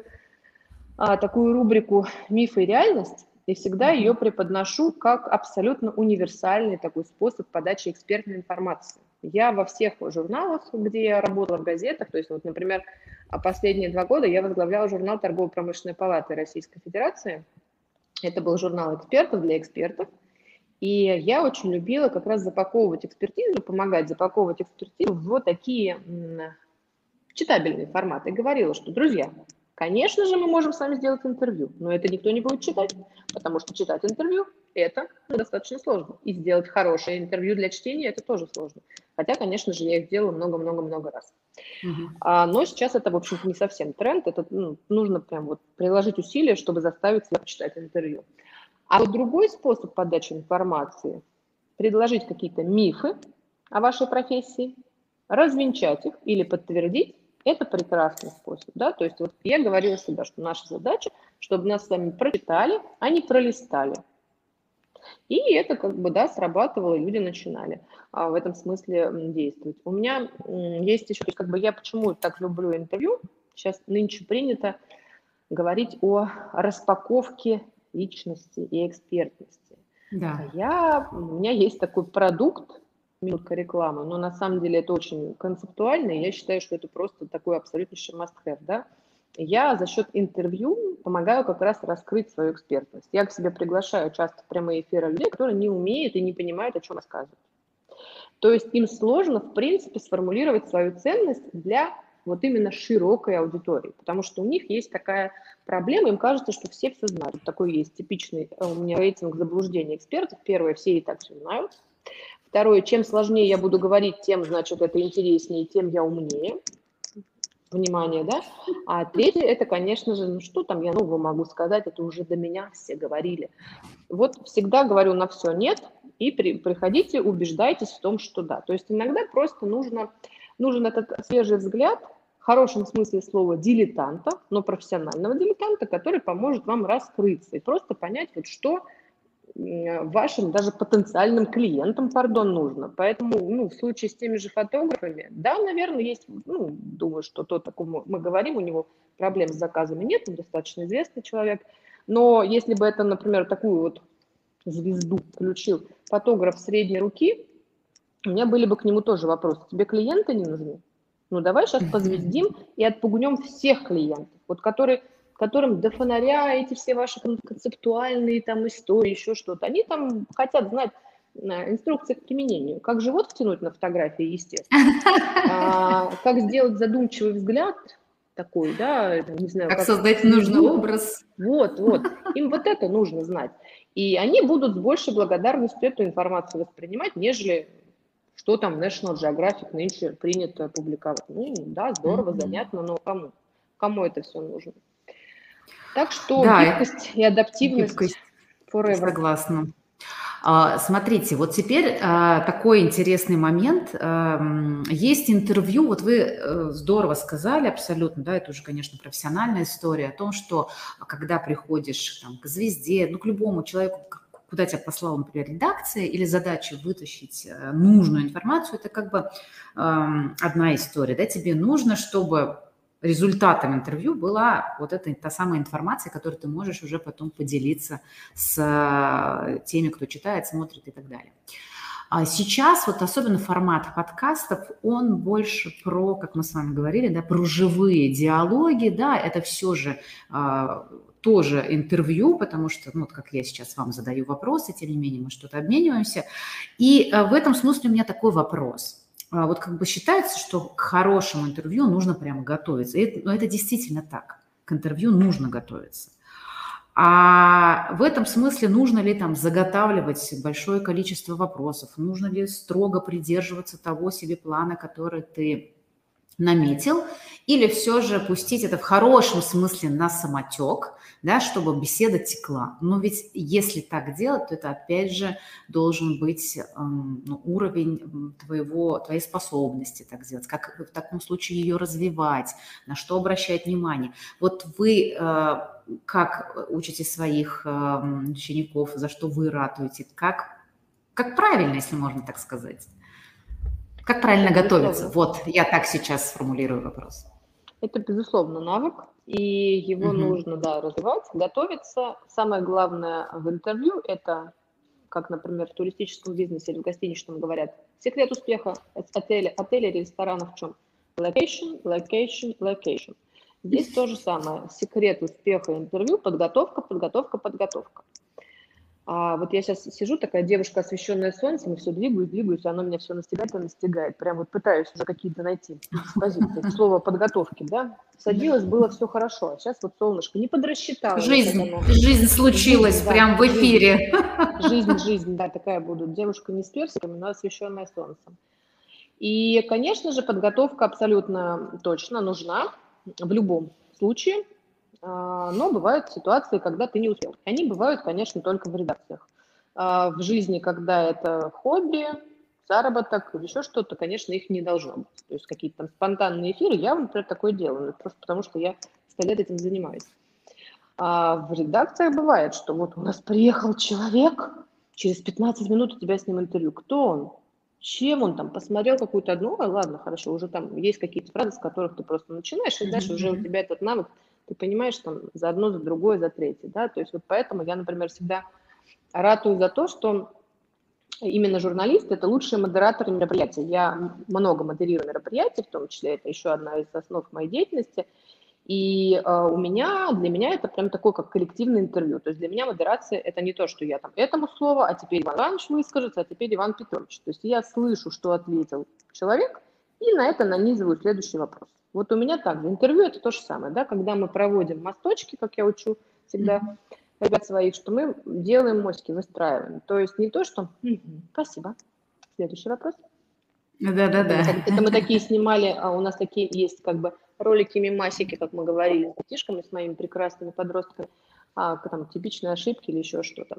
а, такую рубрику «Мифы и реальность», и всегда ее Мгм. преподношу как абсолютно универсальный такой способ подачи экспертной информации. Я во всех журналах, где я работала, в газетах, то есть, вот, например, последние два года я возглавляла журнал Торгово-промышленной палаты Российской Федерации. Это был журнал экспертов для экспертов. И я очень любила как раз запаковывать экспертизу, помогать запаковывать экспертизу в вот такие читабельные форматы. И говорила, что, друзья, конечно же, мы можем с вами сделать интервью, но это никто не будет читать, потому что читать интервью это ну, достаточно сложно. И сделать хорошее интервью для чтения – это тоже сложно. Хотя, конечно же, я их делала много-много-много раз. Мгм. А, но сейчас это, в общем-то, не совсем тренд. Это ну, нужно прям вот приложить усилия, чтобы заставить себя почитать интервью. А вот другой способ подачи информации – предложить какие-то мифы о вашей профессии, развенчать их или подтвердить – это прекрасный способ. Да? То есть вот я говорила всегда, что наша задача, чтобы нас с вами прочитали, а не пролистали. И это как бы, да, срабатывало, и люди начинали а, в этом смысле м, действовать. У меня м, есть еще, то есть как бы я почему так люблю интервью, сейчас нынче принято говорить о распаковке личности и экспертности. Да. А я, у меня есть такой продукт, минутка рекламы, но на самом деле это очень концептуально, и я считаю, что это просто такой абсолютнейший must-have, да. Я за счет интервью помогаю как раз раскрыть свою экспертность. Я к себе приглашаю часто в прямые эфиры людей, которые не умеют и не понимают, о чем рассказывать. То есть им сложно, в принципе, сформулировать свою ценность для вот именно широкой аудитории, потому что у них есть такая проблема, им кажется, что все все знают. Такой есть типичный у меня рейтинг заблуждений экспертов. Первое, все и так все знают. Второе, чем сложнее я буду говорить, тем, значит, это интереснее, тем я умнее. Внимание, да? А третье, это, конечно же, ну что там я нового могу сказать, это уже до меня все говорили. Вот всегда говорю на все нет, и при, приходите, убеждайтесь в том, что да. То есть иногда просто нужно, нужен этот свежий взгляд, в хорошем смысле слова дилетанта, но профессионального дилетанта, который поможет вам раскрыться и просто понять, вот что вашим даже потенциальным клиентам, пардон, нужно. Поэтому, ну, в случае с теми же фотографами, да, наверное, есть, ну, думаю, что то, такому мы говорим, у него проблем с заказами нет, он достаточно известный человек, но если бы это, например, такую вот звезду включил фотограф средней руки, у меня были бы к нему тоже вопросы. Тебе клиенты не нужны? Ну, давай сейчас позвездим и отпугнем всех клиентов, вот которые... которым до фонаря эти все ваши концептуальные там истории, еще что-то. Они там хотят знать инструкции к применению. Как живот втянуть на фотографии, естественно. А, как сделать задумчивый взгляд такой, да, не знаю. Как как создать нужный образ. Вот, вот. Им вот это нужно знать. И они будут с большей благодарностью эту информацию воспринимать, нежели что там National Geographic нынче принято публиковать. Ну, да, здорово, mm-hmm. занятно, но кому? Кому это все нужно? Так что да, гибкость и адаптивность гибкость. Forever. Согласна. Смотрите, вот теперь такой интересный момент. Есть интервью, вот вы здорово сказали абсолютно, да, это уже, конечно, профессиональная история о том, что когда приходишь там, к звезде, ну, к любому человеку, куда тебя послала, например, редакция, или задача вытащить нужную информацию, это как бы одна история, да, тебе нужно, чтобы результатом интервью была вот эта та самая информация, которой ты можешь уже потом поделиться с теми, кто читает, смотрит и так далее. А сейчас вот особенно формат подкастов, он больше про, как мы с вами говорили, да, про живые диалоги, да, это все же а, тоже интервью, потому что, ну, вот как я сейчас вам задаю вопросы, тем не менее мы что-то обмениваемся. И а, в этом смысле у меня такой вопрос. Вот как бы считается, что к хорошему интервью нужно прямо готовиться. И это, ну, это действительно так. К интервью нужно готовиться. А в этом смысле нужно ли там заготавливать большое количество вопросов? Нужно ли строго придерживаться того себе плана, который ты наметил? Или все же пустить это в хорошем смысле на самотек, да, чтобы беседа текла? Но ведь если так делать, то это опять же должен быть эм, ну, уровень твоего, твоей способности так сделать, как в таком случае ее развивать, на что обращать внимание. Вот вы э, как учите своих э, учеников, за что вы ратуете, как, как правильно, если можно так сказать? Как правильно это готовиться? Безусловно. Вот, я так сейчас сформулирую вопрос. Это, безусловно, навык, и его угу. нужно, да, развивать, готовиться. Самое главное в интервью – это, как, например, в туристическом бизнесе или в гостиничном говорят, секрет успеха отеля, отеля или ресторана в чем? Location, location, location. Здесь то же самое. Секрет успеха интервью – подготовка, подготовка, подготовка. А вот я сейчас сижу, такая девушка, освещенная солнцем, и все двигаюсь, двигаюсь, и оно меня все настигает и настигает. Прям вот пытаюсь уже какие-то найти диспозиции. К слову о подготовке, да? Садилась, было все хорошо, а сейчас вот солнышко не подрасчитала я, как Жизнь, оно. жизнь случилась Жизнь, да, прям в жизнь. эфире. Жизнь, жизнь, да, такая буду. Девушка не с персиками, но освещенная солнцем. И, конечно же, подготовка абсолютно точно нужна в любом случае, а, но бывают ситуации, когда ты не успел. Они бывают, конечно, только в редакциях. А в жизни, когда это хобби, заработок или еще что-то, конечно, их не должно быть. То есть какие-то там спонтанные эфиры, я, например, такое делаю, просто потому что я сто лет этим занимаюсь. А в редакциях бывает, что вот у нас приехал человек, через пятнадцать минут у тебя с ним интервью. Кто он? Чем он там? Посмотрел какую-то одну, а ладно, хорошо, уже там есть какие-то фразы, с которых ты просто начинаешь, и дальше уже у тебя этот навык, ты понимаешь, там, за одно, за другое, за третье, да, то есть вот поэтому я, например, всегда ратую за то, что именно журналист – это лучшие модераторы мероприятий. Я много модерирую мероприятий, в том числе это еще одна из основ моей деятельности, и э, у меня, для меня это прям такое, как коллективное интервью. То есть для меня модерация – это не то, что я там этому слово, а теперь Иван Иванович выскажется, а теперь Иван Петрович. То есть я слышу, что ответил человек, и на это нанизываю следующий вопрос. Вот у меня также интервью – это то же самое, да, когда мы проводим мосточки, как я учу всегда ребят своих, что мы делаем мостики, выстраиваем. То есть не то, что «Угу, спасибо, следующий вопрос». Да-да-да. Это, это мы такие снимали, а у нас такие есть как бы ролики, мемасики, как мы говорили, с детишками, с моими прекрасными подростками, а, там, типичные ошибки или еще что-то.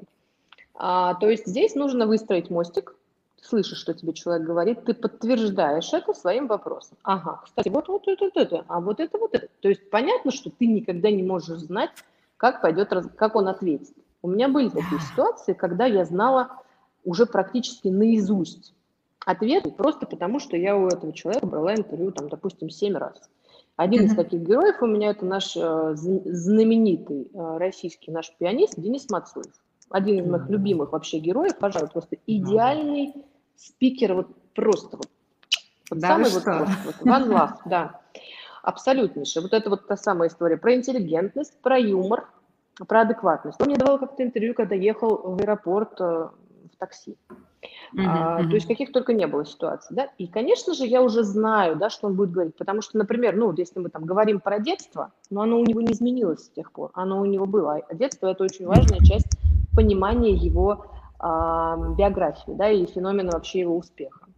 А, то есть здесь нужно выстроить мостик, слышишь, что тебе человек говорит, ты подтверждаешь это своим вопросом. Ага, кстати, вот, вот это, вот это, а вот это, вот это. То есть понятно, что ты никогда не можешь знать, как пойдет, как он ответит. У меня были такие ситуации, когда я знала уже практически наизусть ответы, просто потому что я у этого человека брала интервью, там, допустим, семь раз. Один из таких героев у меня – это наш э, знаменитый э, российский наш пианист Денис Мацуев. Один из моих любимых вообще героев, пожалуй, просто идеальный спикер, вот просто вот, вот Да, самый вы вот что? просто, вот, one love, да, абсолютнейший. Вот это вот та самая история про интеллигентность, про юмор, про адекватность. Он мне давал как-то интервью, когда ехал в аэропорт э, в такси. Мгм, А, то есть мгм. каких только не было ситуаций, да, и, конечно же, я уже знаю, да, что он будет говорить, потому что, например, ну, вот если мы там говорим про детство, но оно у него не изменилось с тех пор, оно у него было, а детство – это очень важная часть понимания его а, биографии, да, и феномена вообще его успеха.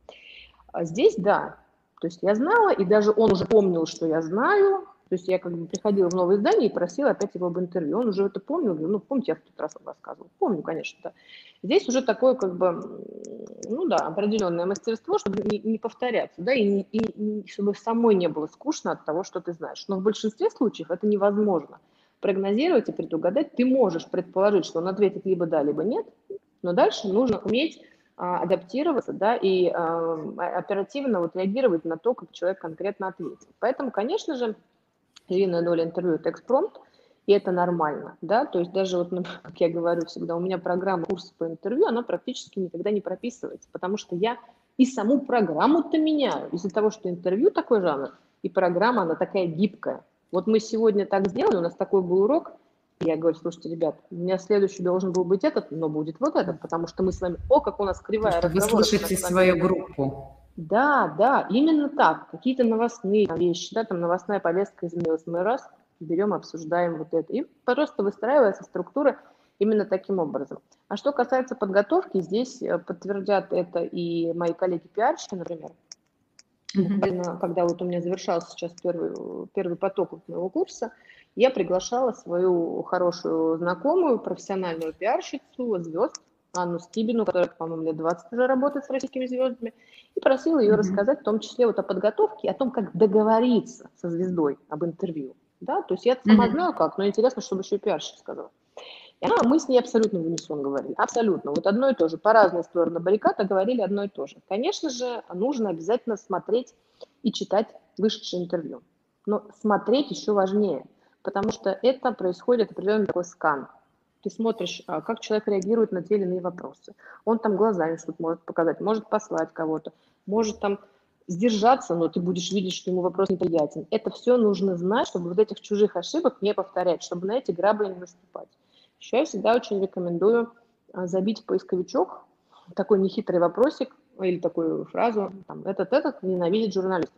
А здесь, да, то есть я знала, и даже он уже помнил, что я знаю. То есть я как бы приходила в новое издание и просила опять его об интервью. Он уже это помнил, говорю, ну, помните, я в тот раз вам рассказывала? Помню, конечно, да. Здесь уже такое, как бы, ну да, определенное мастерство, чтобы не, не повторяться, да, и, не, и, и чтобы самой не было скучно от того, что ты знаешь. Но в большинстве случаев это невозможно. Прогнозировать и предугадать ты можешь предположить, что он ответит либо да, либо нет, но дальше нужно уметь адаптироваться, да, и э, оперативно вот реагировать на то, как человек конкретно ответит. Поэтому, конечно же, львиная доля интервью – это экспромт, и это нормально, да, то есть даже вот, как я говорю всегда, у меня программа курса по интервью, она практически никогда не прописывается, потому что я и саму программу-то меняю из-за того, что интервью такой жанр, и программа, она такая гибкая. Вот мы сегодня так сделали, у нас такой был урок, я говорю, слушайте, ребят, у меня следующий должен был быть этот, но будет вот этот, потому что мы с вами, о, как у нас кривая Что вы разговора. слышите свою группу. Да, да, именно так. Какие-то новостные там, вещи, да, там новостная повестка изменилась. Мы раз берем, обсуждаем вот это. И просто выстраивается структура именно таким образом. А что касается подготовки, здесь подтвердят это и мои коллеги-пиарщики, например. Буквально, когда вот у меня завершался сейчас первый, первый поток моего курса, я приглашала свою хорошую знакомую, профессиональную пиарщицу, звезд, Анну Стибину, которая, по-моему, лет двадцать уже работает с российскими звездами, и просила ее mm-hmm. рассказать в том числе вот о подготовке, о том, как договориться со звездой об интервью. Да? То есть я сама mm-hmm. знаю как, но интересно, чтобы еще и пиарщик сказала. И она, мы с ней абсолютно в унисон говорили, абсолютно. Вот одно и то же, по разные стороны баррикад, а говорили одно и то же. Конечно же, нужно обязательно смотреть и читать вышедшее интервью. Но смотреть еще важнее, потому что это происходит определенный такой скан. Ты смотришь, как человек реагирует на те или иные вопросы. Он там глазами что-то может показать, может послать кого-то, может там сдержаться, но ты будешь видеть, что ему вопрос неприятен. Это все нужно знать, чтобы вот этих чужих ошибок не повторять, чтобы на эти грабли не наступать. Еще я всегда очень рекомендую забить в поисковичок такой нехитрый вопросик или такую фразу, там, этот-этот ненавидит журналистов.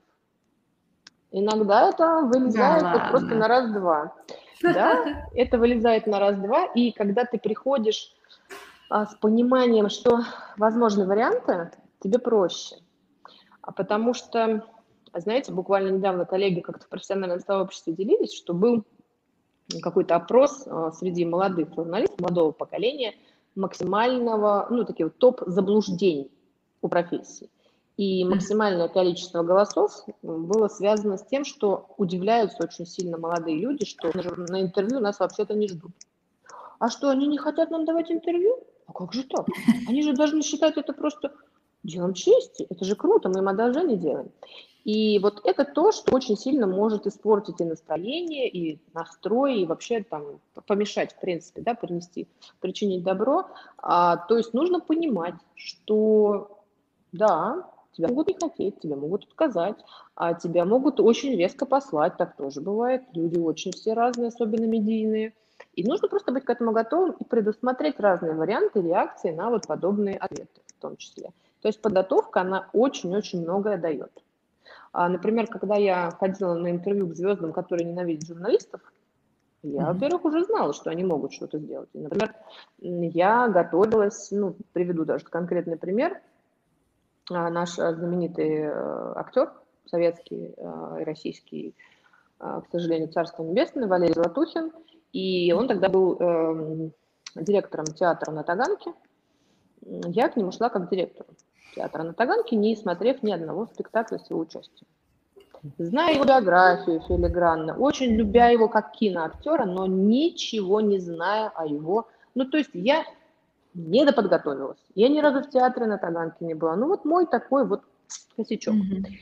Иногда это вылезает Да вот просто на ладно. раз-два. Да, это вылезает на раз-два, и когда ты приходишь а, с пониманием, что возможны варианты, тебе проще. А потому что, знаете, буквально недавно коллеги как-то в профессиональном сообществе делились, что был какой-то опрос а, среди молодых журналистов, молодого поколения, максимального, ну, такие вот топ-заблуждений у профессии. И максимальное количество голосов было связано с тем, что удивляются очень сильно молодые люди, что на интервью нас вообще-то не ждут. А что, они не хотят нам давать интервью? А как же так? Они же должны считать это просто делом чести. Это же круто, мы им одолжение делаем. И вот это то, что очень сильно может испортить и настроение, и настрой, и вообще там помешать, в принципе, да, принести, причинить добро. А, то есть нужно понимать, что да, тебя могут не хотеть, тебя могут отказать, а тебя могут очень резко послать, так тоже бывает. Люди очень все разные, особенно медийные. И нужно просто быть к этому готовым и предусмотреть разные варианты реакции на вот подобные ответы в том числе. То есть подготовка, она очень-очень многое дает. А, например, когда я ходила на интервью к звездам, которые ненавидят журналистов, я, Мгм. во-первых, уже знала, что они могут что-то сделать. И, например, я готовилась, ну, приведу даже конкретный пример. А, наш а, знаменитый э, актер, советский э, и российский, э, к сожалению, царство небесное, Валерий Золотухин, и он тогда был э, директором театра на Таганке. Я к нему шла как директор театра на Таганке, не смотрев ни одного спектакля с его участием. Зная его биографию филигранно, очень любя его как киноактера, но ничего не зная о его... Ну, то есть я недоподготовилась. Я ни разу в театре на Таганке не была. Ну, вот мой такой вот косячок. Мгм.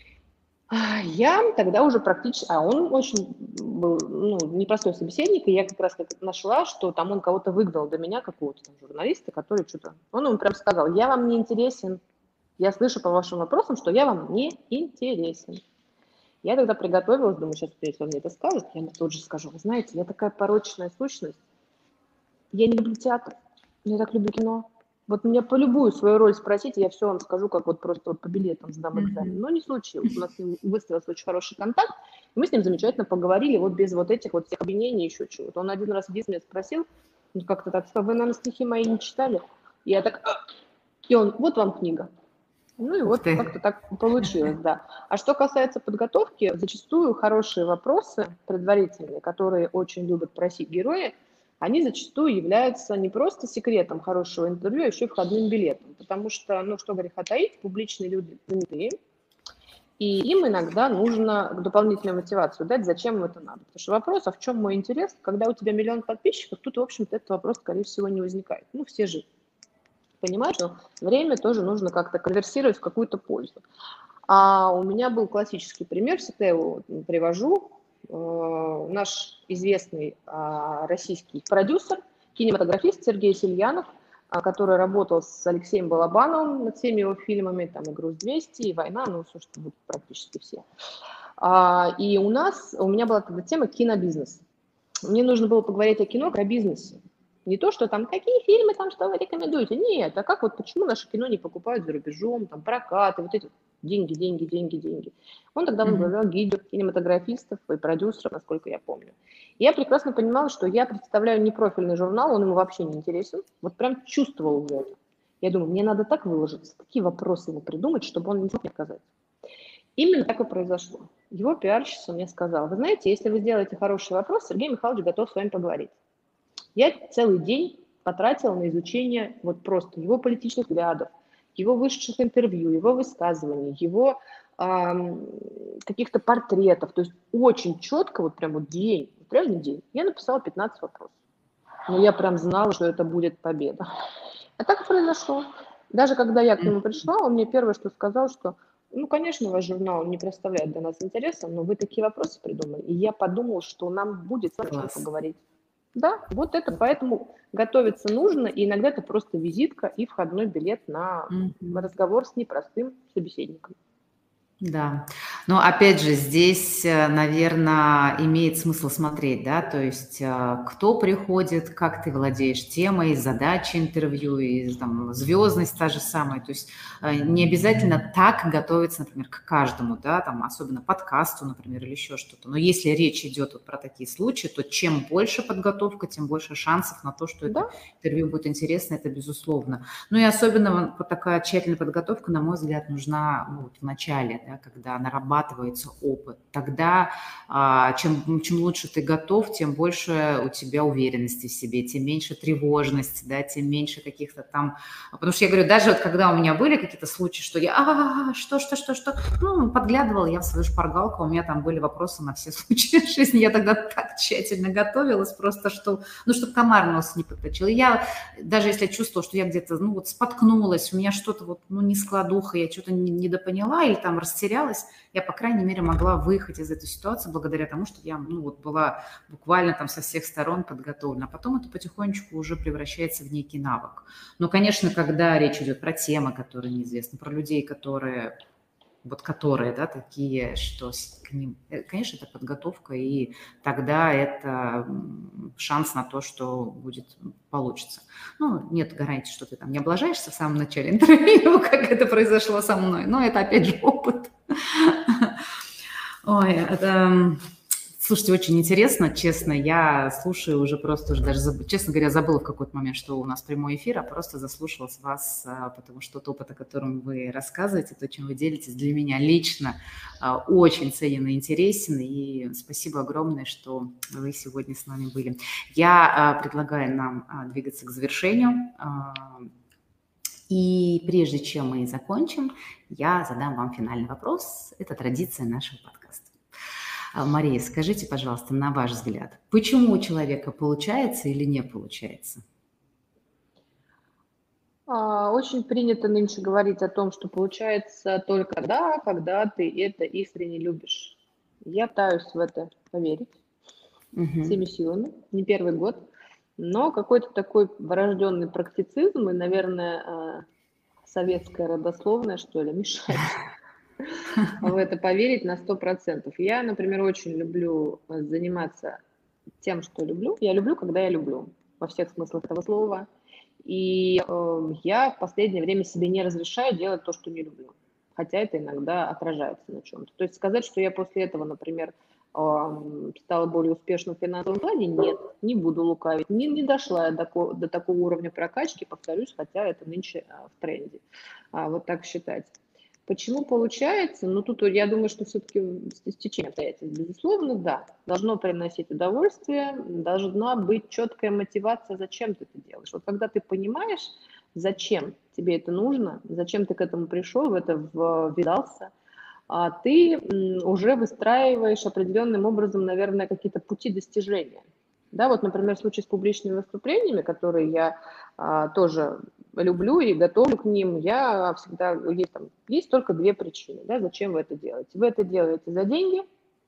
Я тогда уже практически... А он очень был, ну, непростой собеседник, и я как раз нашла, что там он кого-то выгнал до меня, какого-то там журналиста, который что-то... Он ему прям сказал: я вам не интересен. Я слышу по вашим вопросам, что я вам не интересен. Я тогда приготовилась, думаю, сейчас, если он мне это скажет, я ему тут же скажу: вы знаете, я такая порочная сущность, я не люблю театр, но я так люблю кино. Вот меня по любую свою роль спросите, я все вам скажу, как вот просто вот по билетам сдам экзамен. Мгм. Но не случилось. У нас с ним выстроился очень хороший контакт, и мы с ним замечательно поговорили, вот без вот этих вот всех обвинений, еще чего-то. Он один раз единственный меня спросил, ну, как-то так сказал: вы, наверное, стихи мои не читали? И я так... И он: вот вам книга. Ну и Ух вот ты. как-то так получилось, да. А что касается подготовки, зачастую хорошие вопросы предварительные, которые очень любят просить герои, они зачастую являются не просто секретом хорошего интервью, а еще и входным билетом. Потому что, ну что греха таить, публичные люди занятые, и им иногда нужно дополнительную мотивацию дать, зачем им это надо. Потому что вопрос: а в чем мой интерес? Когда у тебя миллион подписчиков, тут, в общем-то, этот вопрос, скорее всего, не возникает. Ну, все же понимают, что время тоже нужно как-то конверсировать в какую-то пользу. А у меня был классический пример, всегда его привожу. Наш известный российский продюсер, кинематографист Сергей Сельянов, который работал с Алексеем Балабановым над всеми его фильмами, там и «Груз двести», и «Война», ну, все, что будет практически все. И у нас, у меня была тогда тема кинобизнес. Мне нужно было поговорить о кино, о бизнесе. Не то, что там, какие фильмы там, что вы рекомендуете. Нет, а как вот, почему наше кино не покупают за рубежом, там, прокаты, вот эти деньги, деньги, деньги, деньги. Он тогда Мгм. возглавлял гильдию кинематографистов и продюсеров, насколько я помню. И я прекрасно понимала, что я представляю непрофильный журнал, он ему вообще не интересен. Вот прям чувствовал уже это. Я думаю, мне надо так выложиться, какие вопросы ему придумать, чтобы он не смог мне сказать. Именно так и произошло. Его пиарщица мне сказала: вы знаете, если вы сделаете хороший вопрос, Сергей Михайлович готов с вами поговорить. Я целый день потратила на изучение вот просто его политических взглядов, его вышедших интервью, его высказываний, его э, каких-то портретов. То есть очень четко, вот прям вот день, вот реально день, я написала пятнадцать вопросов. Но я прям знала, что это будет победа. А так и произошло. Даже когда я к нему пришла, он мне первое, что сказал, что, ну, конечно, ваш журнал не представляет для нас интереса, но вы такие вопросы придумали. И я подумала, что нам будет о чем Класс. поговорить. Да, вот это, поэтому готовиться нужно, и иногда это просто визитка и входной билет на Мгм. разговор с непростым собеседником. Да, но опять же, здесь, наверное, имеет смысл смотреть, да, то есть а, кто приходит, как ты владеешь темой, задачей интервью, и там звездность та же самая, то есть а, не обязательно так готовиться, например, к каждому, да, там, особенно подкасту, например, или еще что-то, но если речь идет вот про такие случаи, то чем больше подготовка, тем больше шансов на то, что это Да, интервью будет интересно, это безусловно. Ну и особенно вот такая тщательная подготовка, на мой взгляд, нужна ну, вот в начале, да, когда нарабатывается опыт. Тогда а, чем, чем лучше ты готов, тем больше у тебя уверенности в себе, тем меньше тревожности, да, тем меньше каких-то там... Потому что я говорю, даже вот когда у меня были какие-то случаи, что я, а, что, что, что, что, ну, подглядывала я в свою шпаргалку, у меня там были вопросы на все случаи жизни, я тогда так тщательно готовилась, просто что, ну, чтобы комар нос не подточил. И я даже если я чувствовала, что я где-то, ну, вот споткнулась, у меня что-то вот, ну, не складуха, я что-то не- недопоняла или там растерялась, я, по крайней мере, могла выехать из этой ситуации благодаря тому, что я, ну, вот была буквально там со всех сторон подготовлена. А потом это потихонечку уже превращается в некий навык. Но, конечно, когда речь идет про темы, которые неизвестны, про людей, которые вот которые, да, такие, что с- к ним, э, конечно, это подготовка, и тогда это м, шанс на то, что будет получится. Ну, нет гарантии, что ты там не облажаешься в самом начале интервью, как это произошло со мной, но это, опять же, опыт. Ой, это... Слушайте, очень интересно, честно, я слушаю уже просто, уже даже, заб- честно говоря, забыла в какой-то момент, что у нас прямой эфир, а просто заслушалась вас, а, потому что тот опыт, о котором вы рассказываете, то, чем вы делитесь, для меня лично а, очень ценен и интересен, и спасибо огромное, что вы сегодня с нами были. Я а, предлагаю нам а, двигаться к завершению, а, и прежде чем мы закончим, я задам вам финальный вопрос. Это традиция нашего подкаста. А, Мария, скажите, пожалуйста, на ваш взгляд, почему у человека получается или не получается? а, очень принято нынче говорить о том, что получается только да, когда ты это искренне любишь. Я пытаюсь в это поверить Мгм. всеми силами, не первый год, но какой-то такой врожденный практицизм и, наверное, а, советская родословная, что ли, мешает в это поверить на сто процентов. Я, например, очень люблю э, заниматься тем, что люблю. Я люблю, когда я люблю, во всех смыслах этого слова. И э, я в последнее время себе не разрешаю делать то, что не люблю. Хотя это иногда отражается на чем-то. То есть сказать, что я после этого, например, эм, стала более успешным в финансовом плане, нет, не буду лукавить. Не, не дошла я до, ко- до такого уровня прокачки, повторюсь, хотя это нынче э, в тренде. А, вот так считать. Почему получается? Ну, тут я думаю, что все-таки стечение обстоятельств, безусловно, да. Должно приносить удовольствие, должна быть четкая мотивация, зачем ты это делаешь. Вот когда ты понимаешь, зачем тебе это нужно, зачем ты к этому пришел, в это ввязался, а ты уже выстраиваешь определенным образом, наверное, какие-то пути достижения. Да, вот, например, в случае с публичными выступлениями, которые я а, тоже люблю и готовлю к ним, я всегда, есть, там, есть только две причины, да, зачем вы это делаете. Вы это делаете за деньги,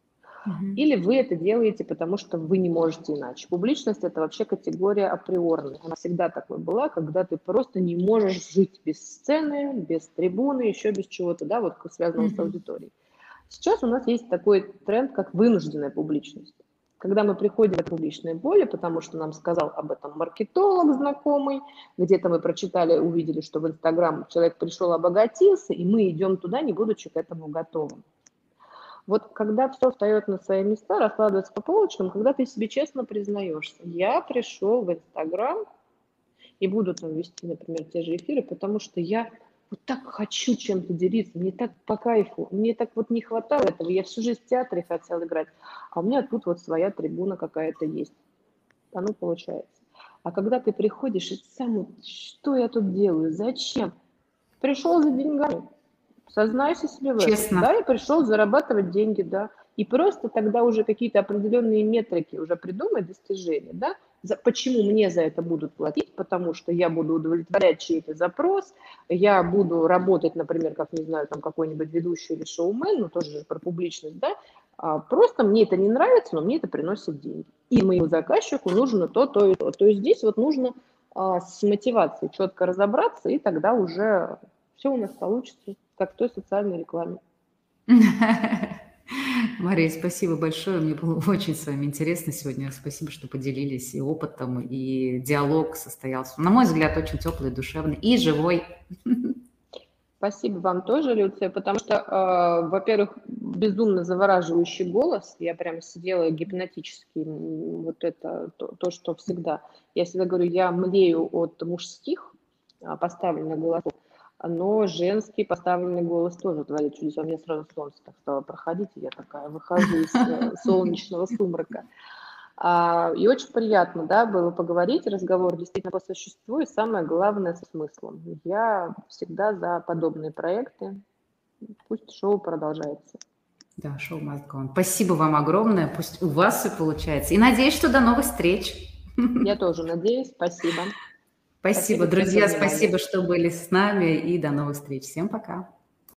Мгм. или вы это делаете, потому что вы не можете иначе. Публичность – это вообще категория априорная. Она всегда такой была, когда ты просто не можешь жить без сцены, без трибуны, еще без чего-то, да, вот связанного с Мгм. аудиторией. Сейчас у нас есть такой тренд, как вынужденная публичность. Когда мы приходим в это публичное поле, потому что нам сказал об этом маркетолог знакомый, где-то мы прочитали, увидели, что в Инстаграм человек пришел, обогатился, и мы идем туда, не будучи к этому готовым. Вот когда все встает на свои места, раскладывается по полочкам, когда ты себе честно признаешься, я пришел в Инстаграм и буду там вести, например, те же эфиры, потому что я вот так хочу чем-то делиться, мне так по кайфу, мне так вот не хватало этого, я всю жизнь в театре хотела играть, а у меня тут вот своя трибуна какая-то есть, оно получается. А когда ты приходишь и сам, что я тут делаю, зачем? Пришел за деньгами, сознайся себе в этом. Честно. Да, я пришел зарабатывать деньги, да. И просто тогда уже какие-то определенные метрики уже придумай, достижения, да. За, почему мне за это будут платить? Потому что я буду удовлетворять чей-то запрос, я буду работать, например, как, не знаю, там какой-нибудь ведущий или шоумен, ну тоже же про публичность, да. А, просто мне это не нравится, но мне это приносит деньги. И моему заказчику нужно то, то и то. То есть здесь вот нужно а, с мотивацией четко разобраться, и тогда уже все у нас получится, как в той социальной рекламе. Мария, спасибо большое. Мне было очень с вами интересно сегодня. Спасибо, что поделились и опытом, и диалог состоялся. На мой взгляд, очень теплый, душевный и живой. Спасибо вам тоже, Люция, потому что, э, во-первых, безумно завораживающий голос. Я прям сидела гипнотически, м, вот это то, то, что всегда. Я всегда говорю, я млею от мужских а, поставленных голосов, но женский поставленный голос тоже творит чудеса. У меня сразу солнце так стало проходить, и я такая выхожу из э, солнечного сумрака. А, И очень приятно, да, было поговорить, разговор действительно по существу, и самое главное, со смыслом. Я всегда за подобные проекты. Пусть шоу продолжается. Да, шоу must go on. Спасибо вам огромное. Пусть у вас все получается. И надеюсь, что до новых встреч. Я тоже надеюсь. Спасибо. Спасибо, Спасибо всем за друзья, внимание. спасибо, что были с нами. И до новых встреч. Всем пока.